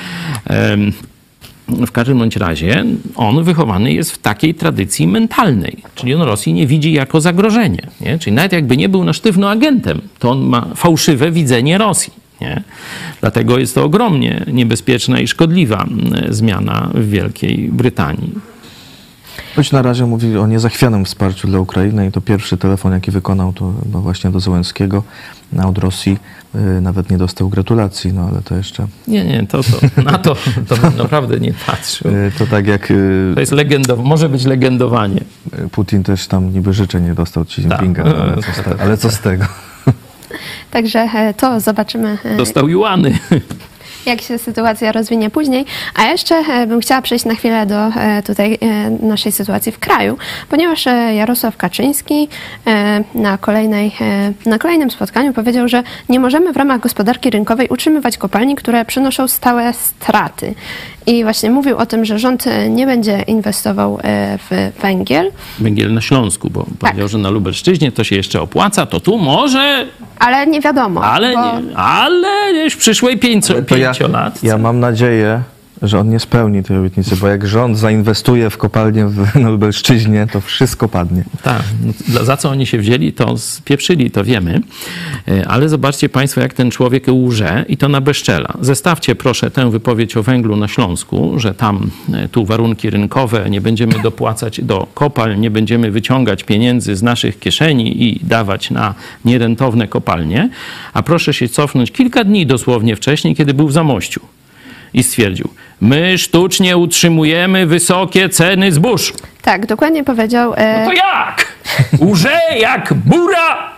W każdym bądź razie on wychowany jest w takiej tradycji mentalnej, czyli on Rosji nie widzi jako zagrożenie. Nie? Czyli nawet jakby nie był na sztywno agentem, to on ma fałszywe widzenie Rosji. Nie? Dlatego jest to ogromnie niebezpieczna i szkodliwa zmiana w Wielkiej Brytanii. Choć na razie mówi o niezachwianym wsparciu dla Ukrainy i to pierwszy telefon, jaki wykonał, to no właśnie do Zełenskiego, a od Rosji y, nawet nie dostał gratulacji, no ale to jeszcze... Nie, nie, to, to, na to, to bym naprawdę nie patrzył. Y, to tak jak... Y, to jest legendow- może być legendowanie. Putin też tam niby życzeń nie dostał Xi Jinpinga, Tak. ale, co z te- ale co z tego? Także e, to zobaczymy, e, Dostał juany. jak się sytuacja rozwinie później. A jeszcze e, bym chciała przejść na chwilę do e, tutaj e, naszej sytuacji w kraju, ponieważ e, Jarosław Kaczyński e, na, kolejnej, e, na kolejnym spotkaniu powiedział, że nie możemy w ramach gospodarki rynkowej utrzymywać kopalni, które przynoszą stałe straty. I właśnie mówił o tym, że rząd e, nie będzie inwestował e, w węgiel, Węgiel na Śląsku, bo powiedział, że na Lubelszczyźnie to się jeszcze opłaca, to tu może, ale nie wiadomo. ale, bo... nie, ale już w przyszłej pięcio, To ja, pięciolatce. ja mam nadzieję, że on nie spełni tej obietnicy, bo jak rząd zainwestuje w kopalnię w, na Lubelszczyźnie, to wszystko padnie. Tak, no, za co oni się wzięli, to spieprzyli, to wiemy. Ale zobaczcie Państwo, jak ten człowiek łże i to na bezczela. Zestawcie proszę tę wypowiedź o węglu na Śląsku, że tam tu warunki rynkowe, nie będziemy dopłacać do kopalń, nie będziemy wyciągać pieniędzy z naszych kieszeni i dawać na nierentowne kopalnie. A proszę się cofnąć kilka dni dosłownie wcześniej, kiedy był w Zamościu. I stwierdził, my sztucznie utrzymujemy wysokie ceny zbóż. Tak, dokładnie powiedział. E... No to jak? Łże jak bura!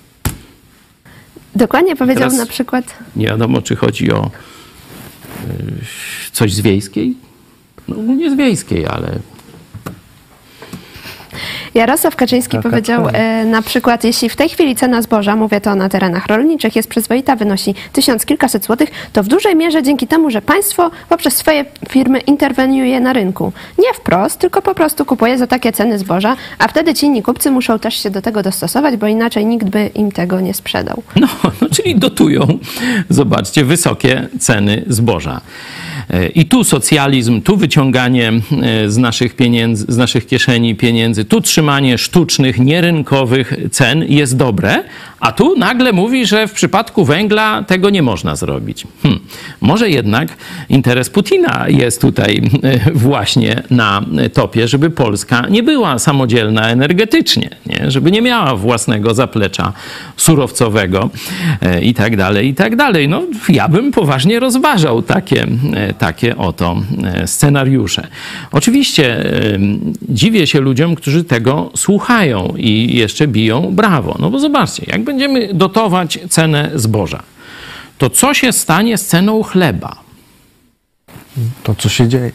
Dokładnie powiedział Teraz na przykład. Nie wiadomo, czy chodzi o y, coś z wiejskiej? No nie z wiejskiej, ale... Jarosław Kaczyński powiedział e, na przykład, jeśli w tej chwili cena zboża, mówię to na terenach rolniczych, jest przyzwoita, wynosi tysiąc kilkaset złotych, to w dużej mierze dzięki temu, że państwo poprzez swoje firmy interweniuje na rynku. Nie wprost, tylko po prostu kupuje za takie ceny zboża, a wtedy ci inni kupcy muszą też się do tego dostosować, bo inaczej nikt by im tego nie sprzedał. No, no czyli dotują, zobaczcie, wysokie ceny zboża. I tu socjalizm, tu wyciąganie z naszych pieniędzy, z naszych kieszeni pieniędzy, tu trzymanie sztucznych, nierynkowych cen jest dobre, a tu nagle mówi, że w przypadku węgla tego nie można zrobić. Hm. Może jednak interes Putina jest tutaj właśnie na topie, żeby Polska nie była samodzielna energetycznie, nie? Żeby nie miała własnego zaplecza surowcowego i tak dalej, i tak dalej. No, ja bym poważnie rozważał takie, takie oto scenariusze. Oczywiście dziwię się ludziom, którzy tego słuchają i jeszcze biją brawo. No bo zobaczcie, jak będziemy dotować cenę zboża, to co się stanie z ceną chleba? To co się dzieje?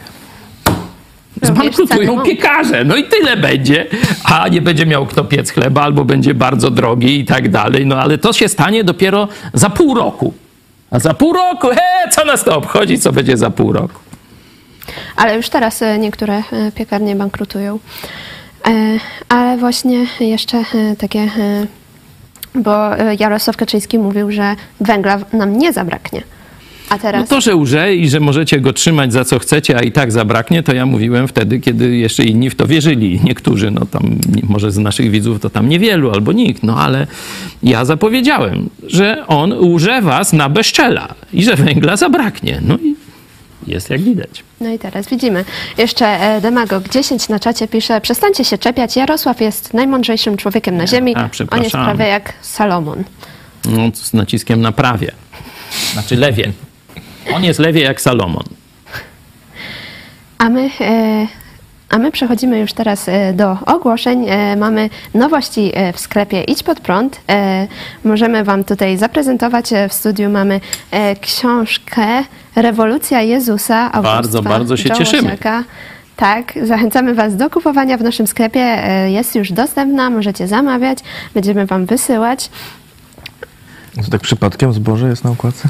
Zbankrutują piekarze, no i tyle będzie, a nie będzie miał kto piec chleba, albo będzie bardzo drogi i tak dalej, no ale to się stanie dopiero za pół roku. A za pół roku, he, co nas to obchodzi, co będzie za pół roku? Ale już teraz e, niektóre e, piekarnie bankrutują. E, ale właśnie jeszcze e, takie, e, bo e, Jarosław Kaczyński mówił, że węgla nam nie zabraknie. A teraz... No to, że łże i że możecie go trzymać za co chcecie, a i tak zabraknie, to ja mówiłem wtedy, kiedy jeszcze inni w to wierzyli. Niektórzy, no tam może z naszych widzów to tam niewielu albo nikt, no ale ja zapowiedziałem, że on łże was na bezczela i że węgla zabraknie. No i jest jak widać. No i teraz widzimy. Jeszcze e, Demagog dziesięć na czacie pisze, przestańcie się czepiać, Jarosław jest najmądrzejszym człowiekiem na ziemi, A, on przepraszam. jest prawie jak Salomon. No, z naciskiem na prawie. Znaczy lewie. On jest lewie jak Salomon. A my, e, a my przechodzimy już teraz e, do ogłoszeń. E, mamy nowości e, w sklepie Idź Pod Prąd. E, możemy Wam tutaj zaprezentować. E, w studiu mamy e, książkę Rewolucja Jezusa autorstwa Bardzo, bardzo się Joe cieszymy. Łosiaka. Tak, zachęcamy Was do kupowania w naszym sklepie. E, jest już dostępna, możecie zamawiać. Będziemy Wam wysyłać. To tak przypadkiem zboże jest na okładce?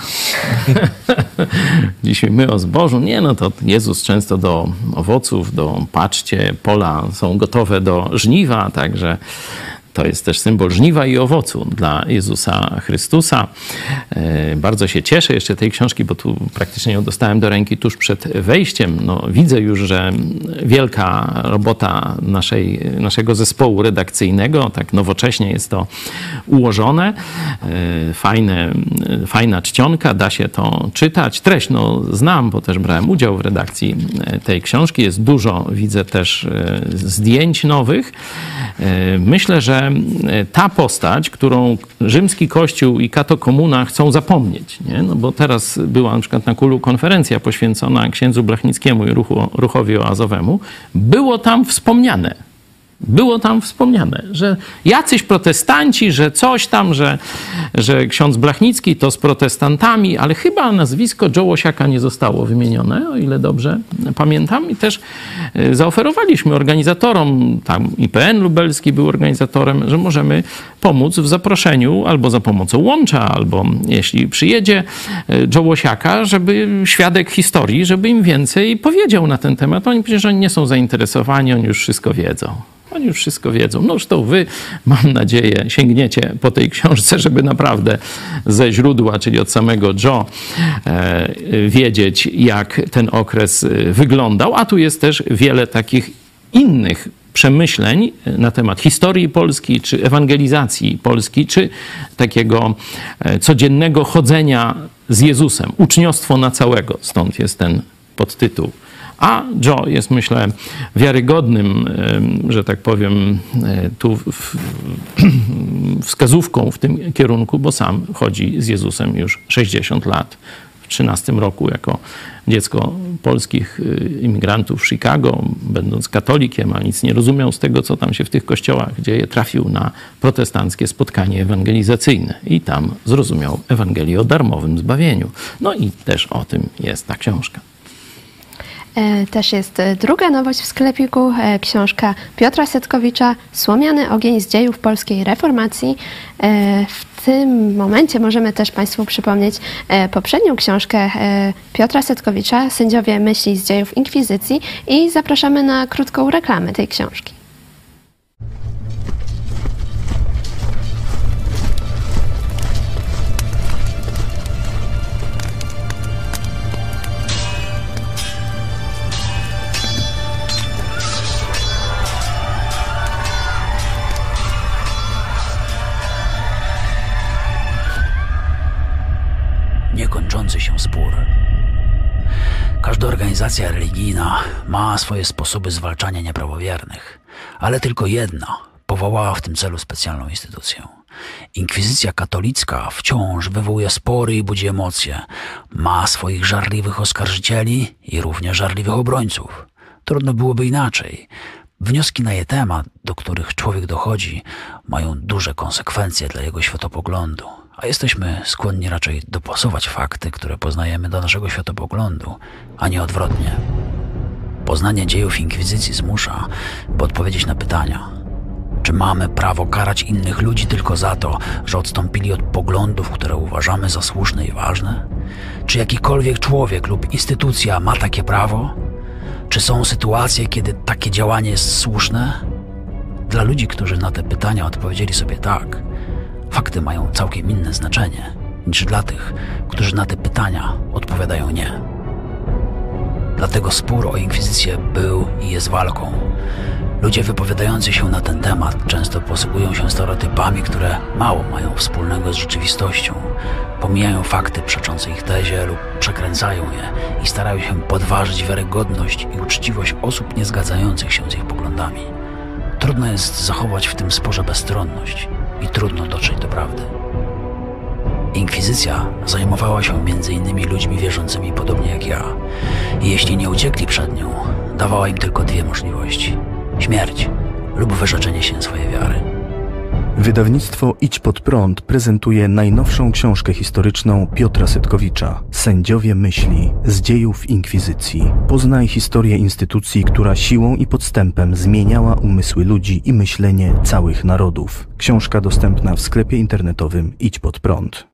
Dzisiaj my o zbożu. Nie, no to Jezus często do owoców, do patrzcie, pola są gotowe do żniwa, także to jest też symbol żniwa i owocu dla Jezusa Chrystusa. Bardzo się cieszę jeszcze tej książki, bo tu praktycznie ją dostałem do ręki tuż przed wejściem. No, widzę już, że wielka robota naszej, naszego zespołu redakcyjnego, tak nowocześnie jest to ułożone. Fajne, fajna czcionka, da się to czytać. Treść no, znam, bo też brałem udział w redakcji tej książki. Jest dużo, widzę też zdjęć nowych. Myślę, że ta postać, którą rzymski kościół i katokomuna chcą zapomnieć, nie? No bo teraz była na przykład na Kulu konferencja poświęcona księdzu Blachnickiemu i ruchu, ruchowi oazowemu, było tam wspomniane. Było tam wspomniane, że jacyś protestanci, że coś tam, że, że ksiądz Blachnicki to z protestantami, ale chyba nazwisko Joe Łosiaka nie zostało wymienione, o ile dobrze pamiętam. I też zaoferowaliśmy organizatorom, tam I P N lubelski był organizatorem, że możemy pomóc w zaproszeniu albo za pomocą łącza, albo jeśli przyjedzie Joe Łosiaka, żeby świadek historii, żeby im więcej powiedział na ten temat. Oni przecież oni nie są zainteresowani, oni już wszystko wiedzą. Oni już wszystko wiedzą. No zresztą wy, mam nadzieję, sięgniecie po tej książce, żeby naprawdę ze źródła, czyli od samego Joe, e, wiedzieć, jak ten okres wyglądał. A tu jest też wiele takich innych przemyśleń na temat historii Polski, czy ewangelizacji Polski, czy takiego codziennego chodzenia z Jezusem. Uczniostwo na całego. Stąd jest ten podtytuł. A Joe jest, myślę, wiarygodnym, że tak powiem, tu wskazówką w tym kierunku, bo sam chodzi z Jezusem już sześćdziesiąt lat. W trzynastym roku jako dziecko polskich imigrantów w Chicago, będąc katolikiem, a nic nie rozumiał z tego, co tam się w tych kościołach dzieje, trafił na protestanckie spotkanie ewangelizacyjne i tam zrozumiał Ewangelię o darmowym zbawieniu. No i też o tym jest ta książka. Też jest druga nowość w sklepiku, książka Piotra Setkowicza Słomiany ogień z dziejów polskiej reformacji. W tym momencie możemy też Państwu przypomnieć poprzednią książkę Piotra Setkowicza Sędziowie myśli z dziejów inkwizycji i zapraszamy na krótką reklamę tej książki. Niekończący się spór. Każda organizacja religijna ma swoje sposoby zwalczania nieprawowiernych, ale tylko jedna powołała w tym celu specjalną instytucję. Inkwizycja katolicka wciąż wywołuje spory i budzi emocje. Ma swoich żarliwych oskarżycieli i równie żarliwych obrońców. Trudno byłoby inaczej. Wnioski na jej temat, do których człowiek dochodzi, mają duże konsekwencje dla jego światopoglądu, a jesteśmy skłonni raczej dopasować fakty, które poznajemy, do naszego światopoglądu, a nie odwrotnie. Poznanie dziejów inkwizycji zmusza, by odpowiedzieć na pytania. Czy mamy prawo karać innych ludzi tylko za to, że odstąpili od poglądów, które uważamy za słuszne i ważne? Czy jakikolwiek człowiek lub instytucja ma takie prawo? Czy są sytuacje, kiedy takie działanie jest słuszne? Dla ludzi, którzy na te pytania odpowiedzieli sobie tak, fakty mają całkiem inne znaczenie niż dla tych, którzy na te pytania odpowiadają nie. Dlatego spór o inkwizycję był i jest walką. Ludzie wypowiadający się na ten temat często posługują się stereotypami, które mało mają wspólnego z rzeczywistością. Pomijają fakty przeczące ich tezie lub przekręcają je i starają się podważyć wiarygodność i uczciwość osób nie zgadzających się z ich poglądami. Trudno jest zachować w tym sporze bezstronność i trudno dotrzeć do prawdy. Inkwizycja zajmowała się między innymi ludźmi wierzącymi podobnie jak ja. I jeśli nie uciekli przed nią, dawała im tylko dwie możliwości. Śmierć lub wyrzeczenie się swojej wiary. Wydawnictwo Idź Pod Prąd prezentuje najnowszą książkę historyczną Piotra Setkowicza Sędziowie myśli z dziejów inkwizycji. Poznaj historię instytucji, która siłą i podstępem zmieniała umysły ludzi i myślenie całych narodów. Książka dostępna w sklepie internetowym Idź Pod Prąd.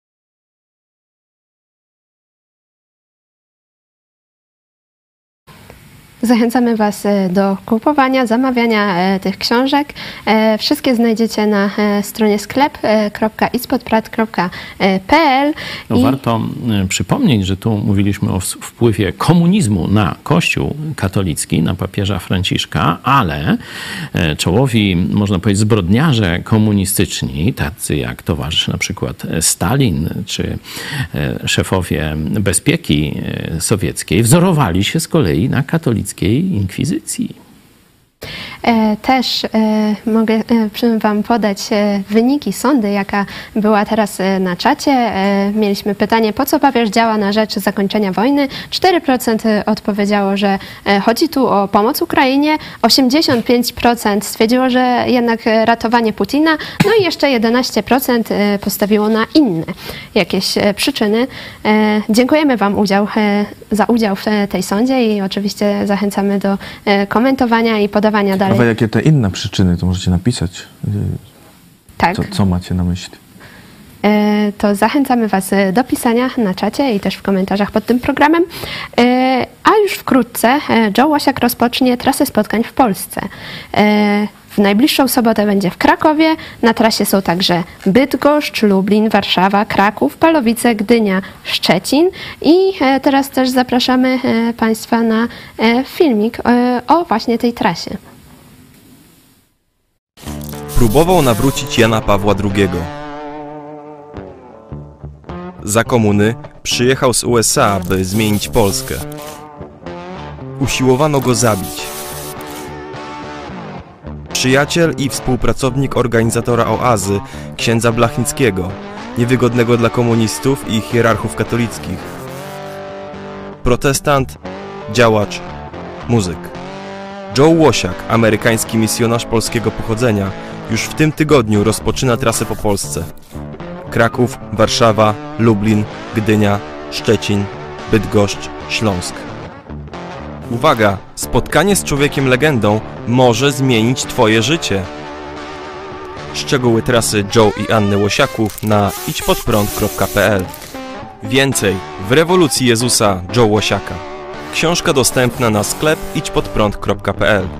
Zachęcamy Was do kupowania, zamawiania tych książek. Wszystkie znajdziecie na stronie sklep kropka idźpodprad kropka p l. No I... Warto przypomnieć, że tu mówiliśmy o wpływie komunizmu na Kościół katolicki, na papieża Franciszka, ale czołowi, można powiedzieć, zbrodniarze komunistyczni, tacy jak towarzysz na przykład Stalin, czy szefowie bezpieki sowieckiej, wzorowali się z kolei na katolickiej inkwizycji. Też mogę Wam podać wyniki sądy, jaka była teraz na czacie. Mieliśmy pytanie, po co papież działa na rzecz zakończenia wojny? cztery procent odpowiedziało, że chodzi tu o pomoc Ukrainie. osiemdziesiąt pięć procent stwierdziło, że jednak ratowanie Putina. No i jeszcze jedenaście procent postawiło na inne jakieś przyczyny. Dziękujemy Wam udział, za udział w tej sądzie i oczywiście zachęcamy do komentowania i podawania dalej. A jakie te inne przyczyny, to możecie napisać. Tak. Co, co macie na myśli? To zachęcamy Was do pisania na czacie i też w komentarzach pod tym programem. A już wkrótce Joe Łosiak rozpocznie trasę spotkań w Polsce. W najbliższą sobotę będzie w Krakowie. Na trasie są także Bydgoszcz, Lublin, Warszawa, Kraków, Palowice, Gdynia, Szczecin. I teraz też zapraszamy Państwa na filmik o właśnie tej trasie. Próbował nawrócić Jana Pawła drugiego. Za komuny przyjechał z U S A, by zmienić Polskę. Usiłowano go zabić. Przyjaciel i współpracownik organizatora oazy, księdza Blachnickiego, niewygodnego dla komunistów i hierarchów katolickich. Protestant, działacz, muzyk. Joe Łosiak, amerykański misjonarz polskiego pochodzenia, już w tym tygodniu rozpoczyna trasę po Polsce. Kraków, Warszawa, Lublin, Gdynia, Szczecin, Bydgoszcz, Śląsk. Uwaga! Spotkanie z człowiekiem legendą może zmienić Twoje życie. Szczegóły trasy Joe i Anny Łosiaków na idźpodprąd kropka p l. Więcej w rewolucji Jezusa Joe Łosiaka. Książka dostępna na sklep idźpodprąd kropka p l.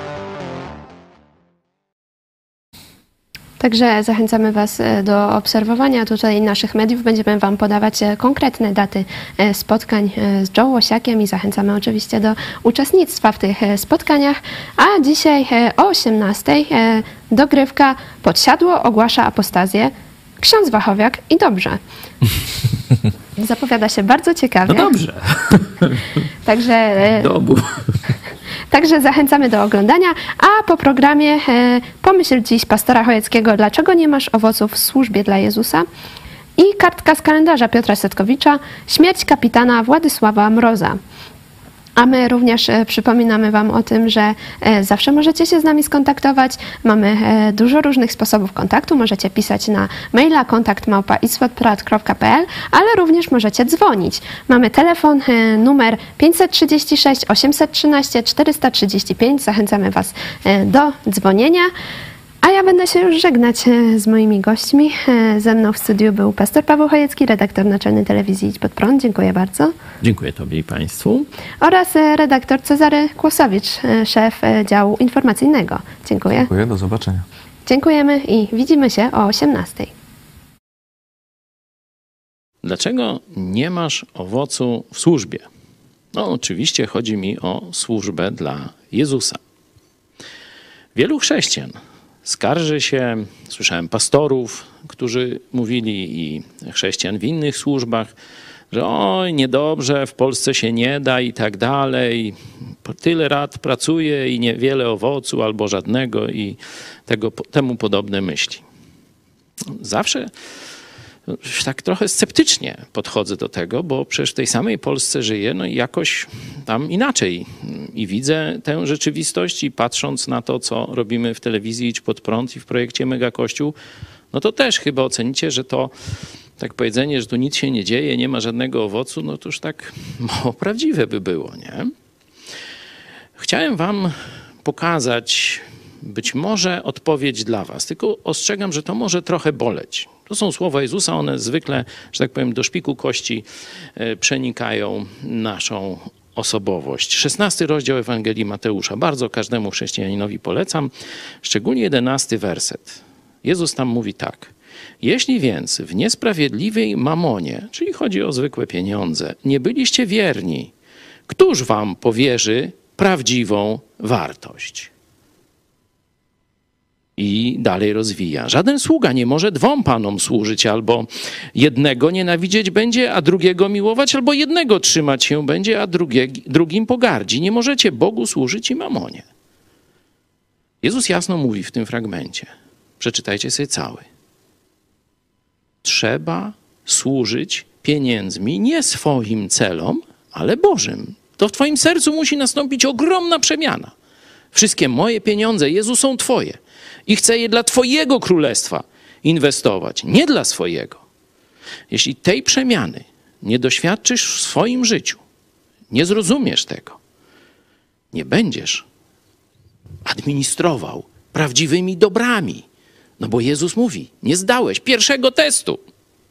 Także zachęcamy Was do obserwowania tutaj naszych mediów. Będziemy Wam podawać konkretne daty spotkań z Joe Łosiakiem i zachęcamy oczywiście do uczestnictwa w tych spotkaniach. A dzisiaj o osiemnastej dogrywka Podsiadło ogłasza apostazję. Ksiądz Wachowiak i dobrze. Zapowiada się bardzo ciekawie. No dobrze. Także... Dobu. Także zachęcamy do oglądania, a po programie e, pomyśl dziś pastora Chojeckiego, dlaczego nie masz owoców w służbie dla Jezusa? I kartka z kalendarza Piotra Setkowicza, śmierć kapitana Władysława Mroza. A my również e, przypominamy Wam o tym, że e, zawsze możecie się z nami skontaktować. Mamy e, dużo różnych sposobów kontaktu. Możecie pisać na maila kontakt małpa idźpodprad kropka p l, ale również możecie dzwonić. Mamy telefon e, numer pięćset trzydzieści sześć osiemset trzynaście czterysta trzydzieści pięć. Zachęcamy Was e, do dzwonienia. A ja będę się już żegnać z moimi gośćmi. Ze mną w studiu był pastor Paweł Chojecki, redaktor naczelny telewizji Idź Pod Prąd. Dziękuję bardzo. Dziękuję Tobie i Państwu. Oraz redaktor Cezary Kłosowicz, szef działu informacyjnego. Dziękuję. Dziękuję, do zobaczenia. Dziękujemy i widzimy się o osiemnastej. Dlaczego nie masz owocu w służbie? No oczywiście chodzi mi o służbę dla Jezusa. Wielu chrześcijan skarży się, słyszałem pastorów, którzy mówili i chrześcijan w innych służbach, że oj, niedobrze, w Polsce się nie da i tak dalej. Tyle lat pracuję i niewiele owocu albo żadnego i tego, temu podobne myśli. Zawsze tak trochę sceptycznie podchodzę do tego, bo przecież w tej samej Polsce żyję, no i jakoś tam inaczej. I widzę tę rzeczywistość i patrząc na to, co robimy w telewizji Idź Pod Prąd i w projekcie Mega Kościół, no to też chyba ocenicie, że to tak powiedzenie, że tu nic się nie dzieje, nie ma żadnego owocu, no to już tak mało prawdziwe by było, nie? Chciałem wam pokazać być może odpowiedź dla was, tylko ostrzegam, że to może trochę boleć. To są słowa Jezusa, one zwykle, że tak powiem, do szpiku kości przenikają naszą osobowość. szesnasty rozdział Ewangelii Mateusza. Bardzo każdemu chrześcijaninowi polecam, szczególnie jedenasty werset. Jezus tam mówi tak. Jeśli więc w niesprawiedliwej mamonie, czyli chodzi o zwykłe pieniądze, nie byliście wierni, któż wam powierzy prawdziwą wartość? I dalej rozwija. Żaden sługa nie może dwom panom służyć, albo jednego nienawidzieć będzie, a drugiego miłować, albo jednego trzymać się będzie, a drugie, drugim pogardzi. Nie możecie Bogu służyć i mamonie. Jezus jasno mówi w tym fragmencie. Przeczytajcie sobie cały. Trzeba służyć pieniędzmi nie swoim celom, ale Bożym. To w twoim sercu musi nastąpić ogromna przemiana. Wszystkie moje pieniądze, Jezu, są twoje. I chcę je dla twojego królestwa inwestować, nie dla swojego. Jeśli tej przemiany nie doświadczysz w swoim życiu, nie zrozumiesz tego, nie będziesz administrował prawdziwymi dobrami. No bo Jezus mówi, nie zdałeś pierwszego testu.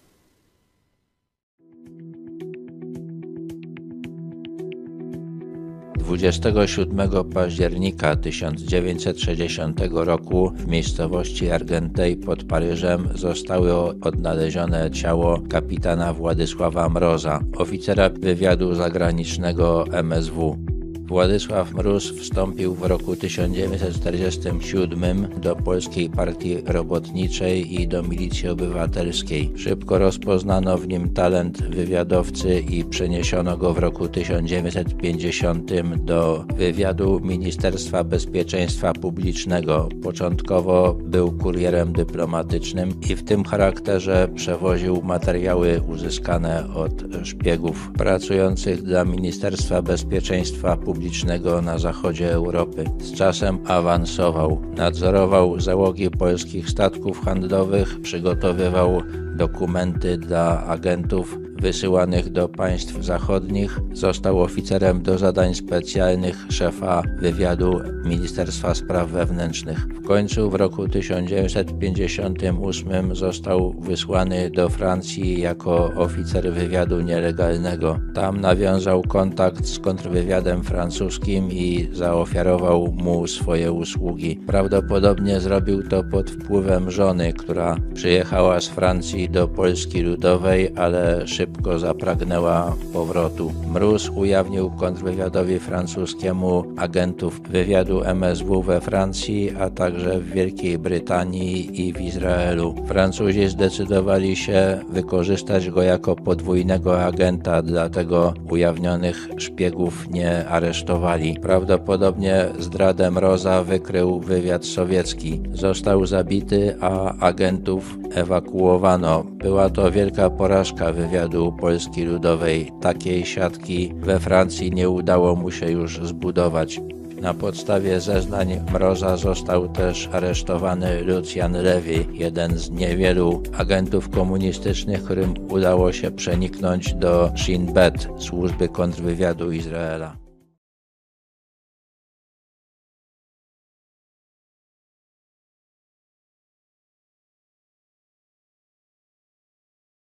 dwudziestego siódmego października tysiąc dziewięćset sześćdziesiątego roku w miejscowości Argenteuil pod Paryżem zostało odnalezione ciało kapitana Władysława Mroza, oficera wywiadu zagranicznego M S W. Władysław Mróz wstąpił w roku tysiąc dziewięćset czterdziestym siódmym do Polskiej Partii Robotniczej i do Milicji Obywatelskiej. Szybko rozpoznano w nim talent wywiadowcy i przeniesiono go w roku tysiąc dziewięćset pięćdziesiątym do wywiadu Ministerstwa Bezpieczeństwa Publicznego. Początkowo był kurierem dyplomatycznym i w tym charakterze przewoził materiały uzyskane od szpiegów pracujących dla Ministerstwa Bezpieczeństwa Publicznego publicznego na zachodzie Europy. Z czasem awansował, nadzorował załogi polskich statków handlowych, przygotowywał dokumenty dla agentów wysyłanych do państw zachodnich. Został oficerem do zadań specjalnych szefa wywiadu Ministerstwa Spraw Wewnętrznych. W końcu w roku tysiąc dziewięćset pięćdziesiątym ósmym został wysłany do Francji jako oficer wywiadu nielegalnego. Tam nawiązał kontakt z kontrwywiadem francuskim i zaoferował mu swoje usługi. Prawdopodobnie zrobił to pod wpływem żony, która przyjechała z Francji do Polski Ludowej, ale szybko zapragnęła powrotu. Mróz ujawnił kontrwywiadowi francuskiemu agentów wywiadu M S W we Francji, a także w Wielkiej Brytanii i w Izraelu. Francuzi zdecydowali się wykorzystać go jako podwójnego agenta, dlatego ujawnionych szpiegów nie aresztowali. Prawdopodobnie zdradę Mroza wykrył wywiad sowiecki. Został zabity, a agentów ewakuowano. Była to wielka porażka wywiadu Polski Ludowej. Takiej siatki we Francji nie udało mu się już zbudować. Na podstawie zeznań Mroza został też aresztowany Lucjan Levy, jeden z niewielu agentów komunistycznych, którym udało się przeniknąć do Shin Bet, służby kontrwywiadu Izraela.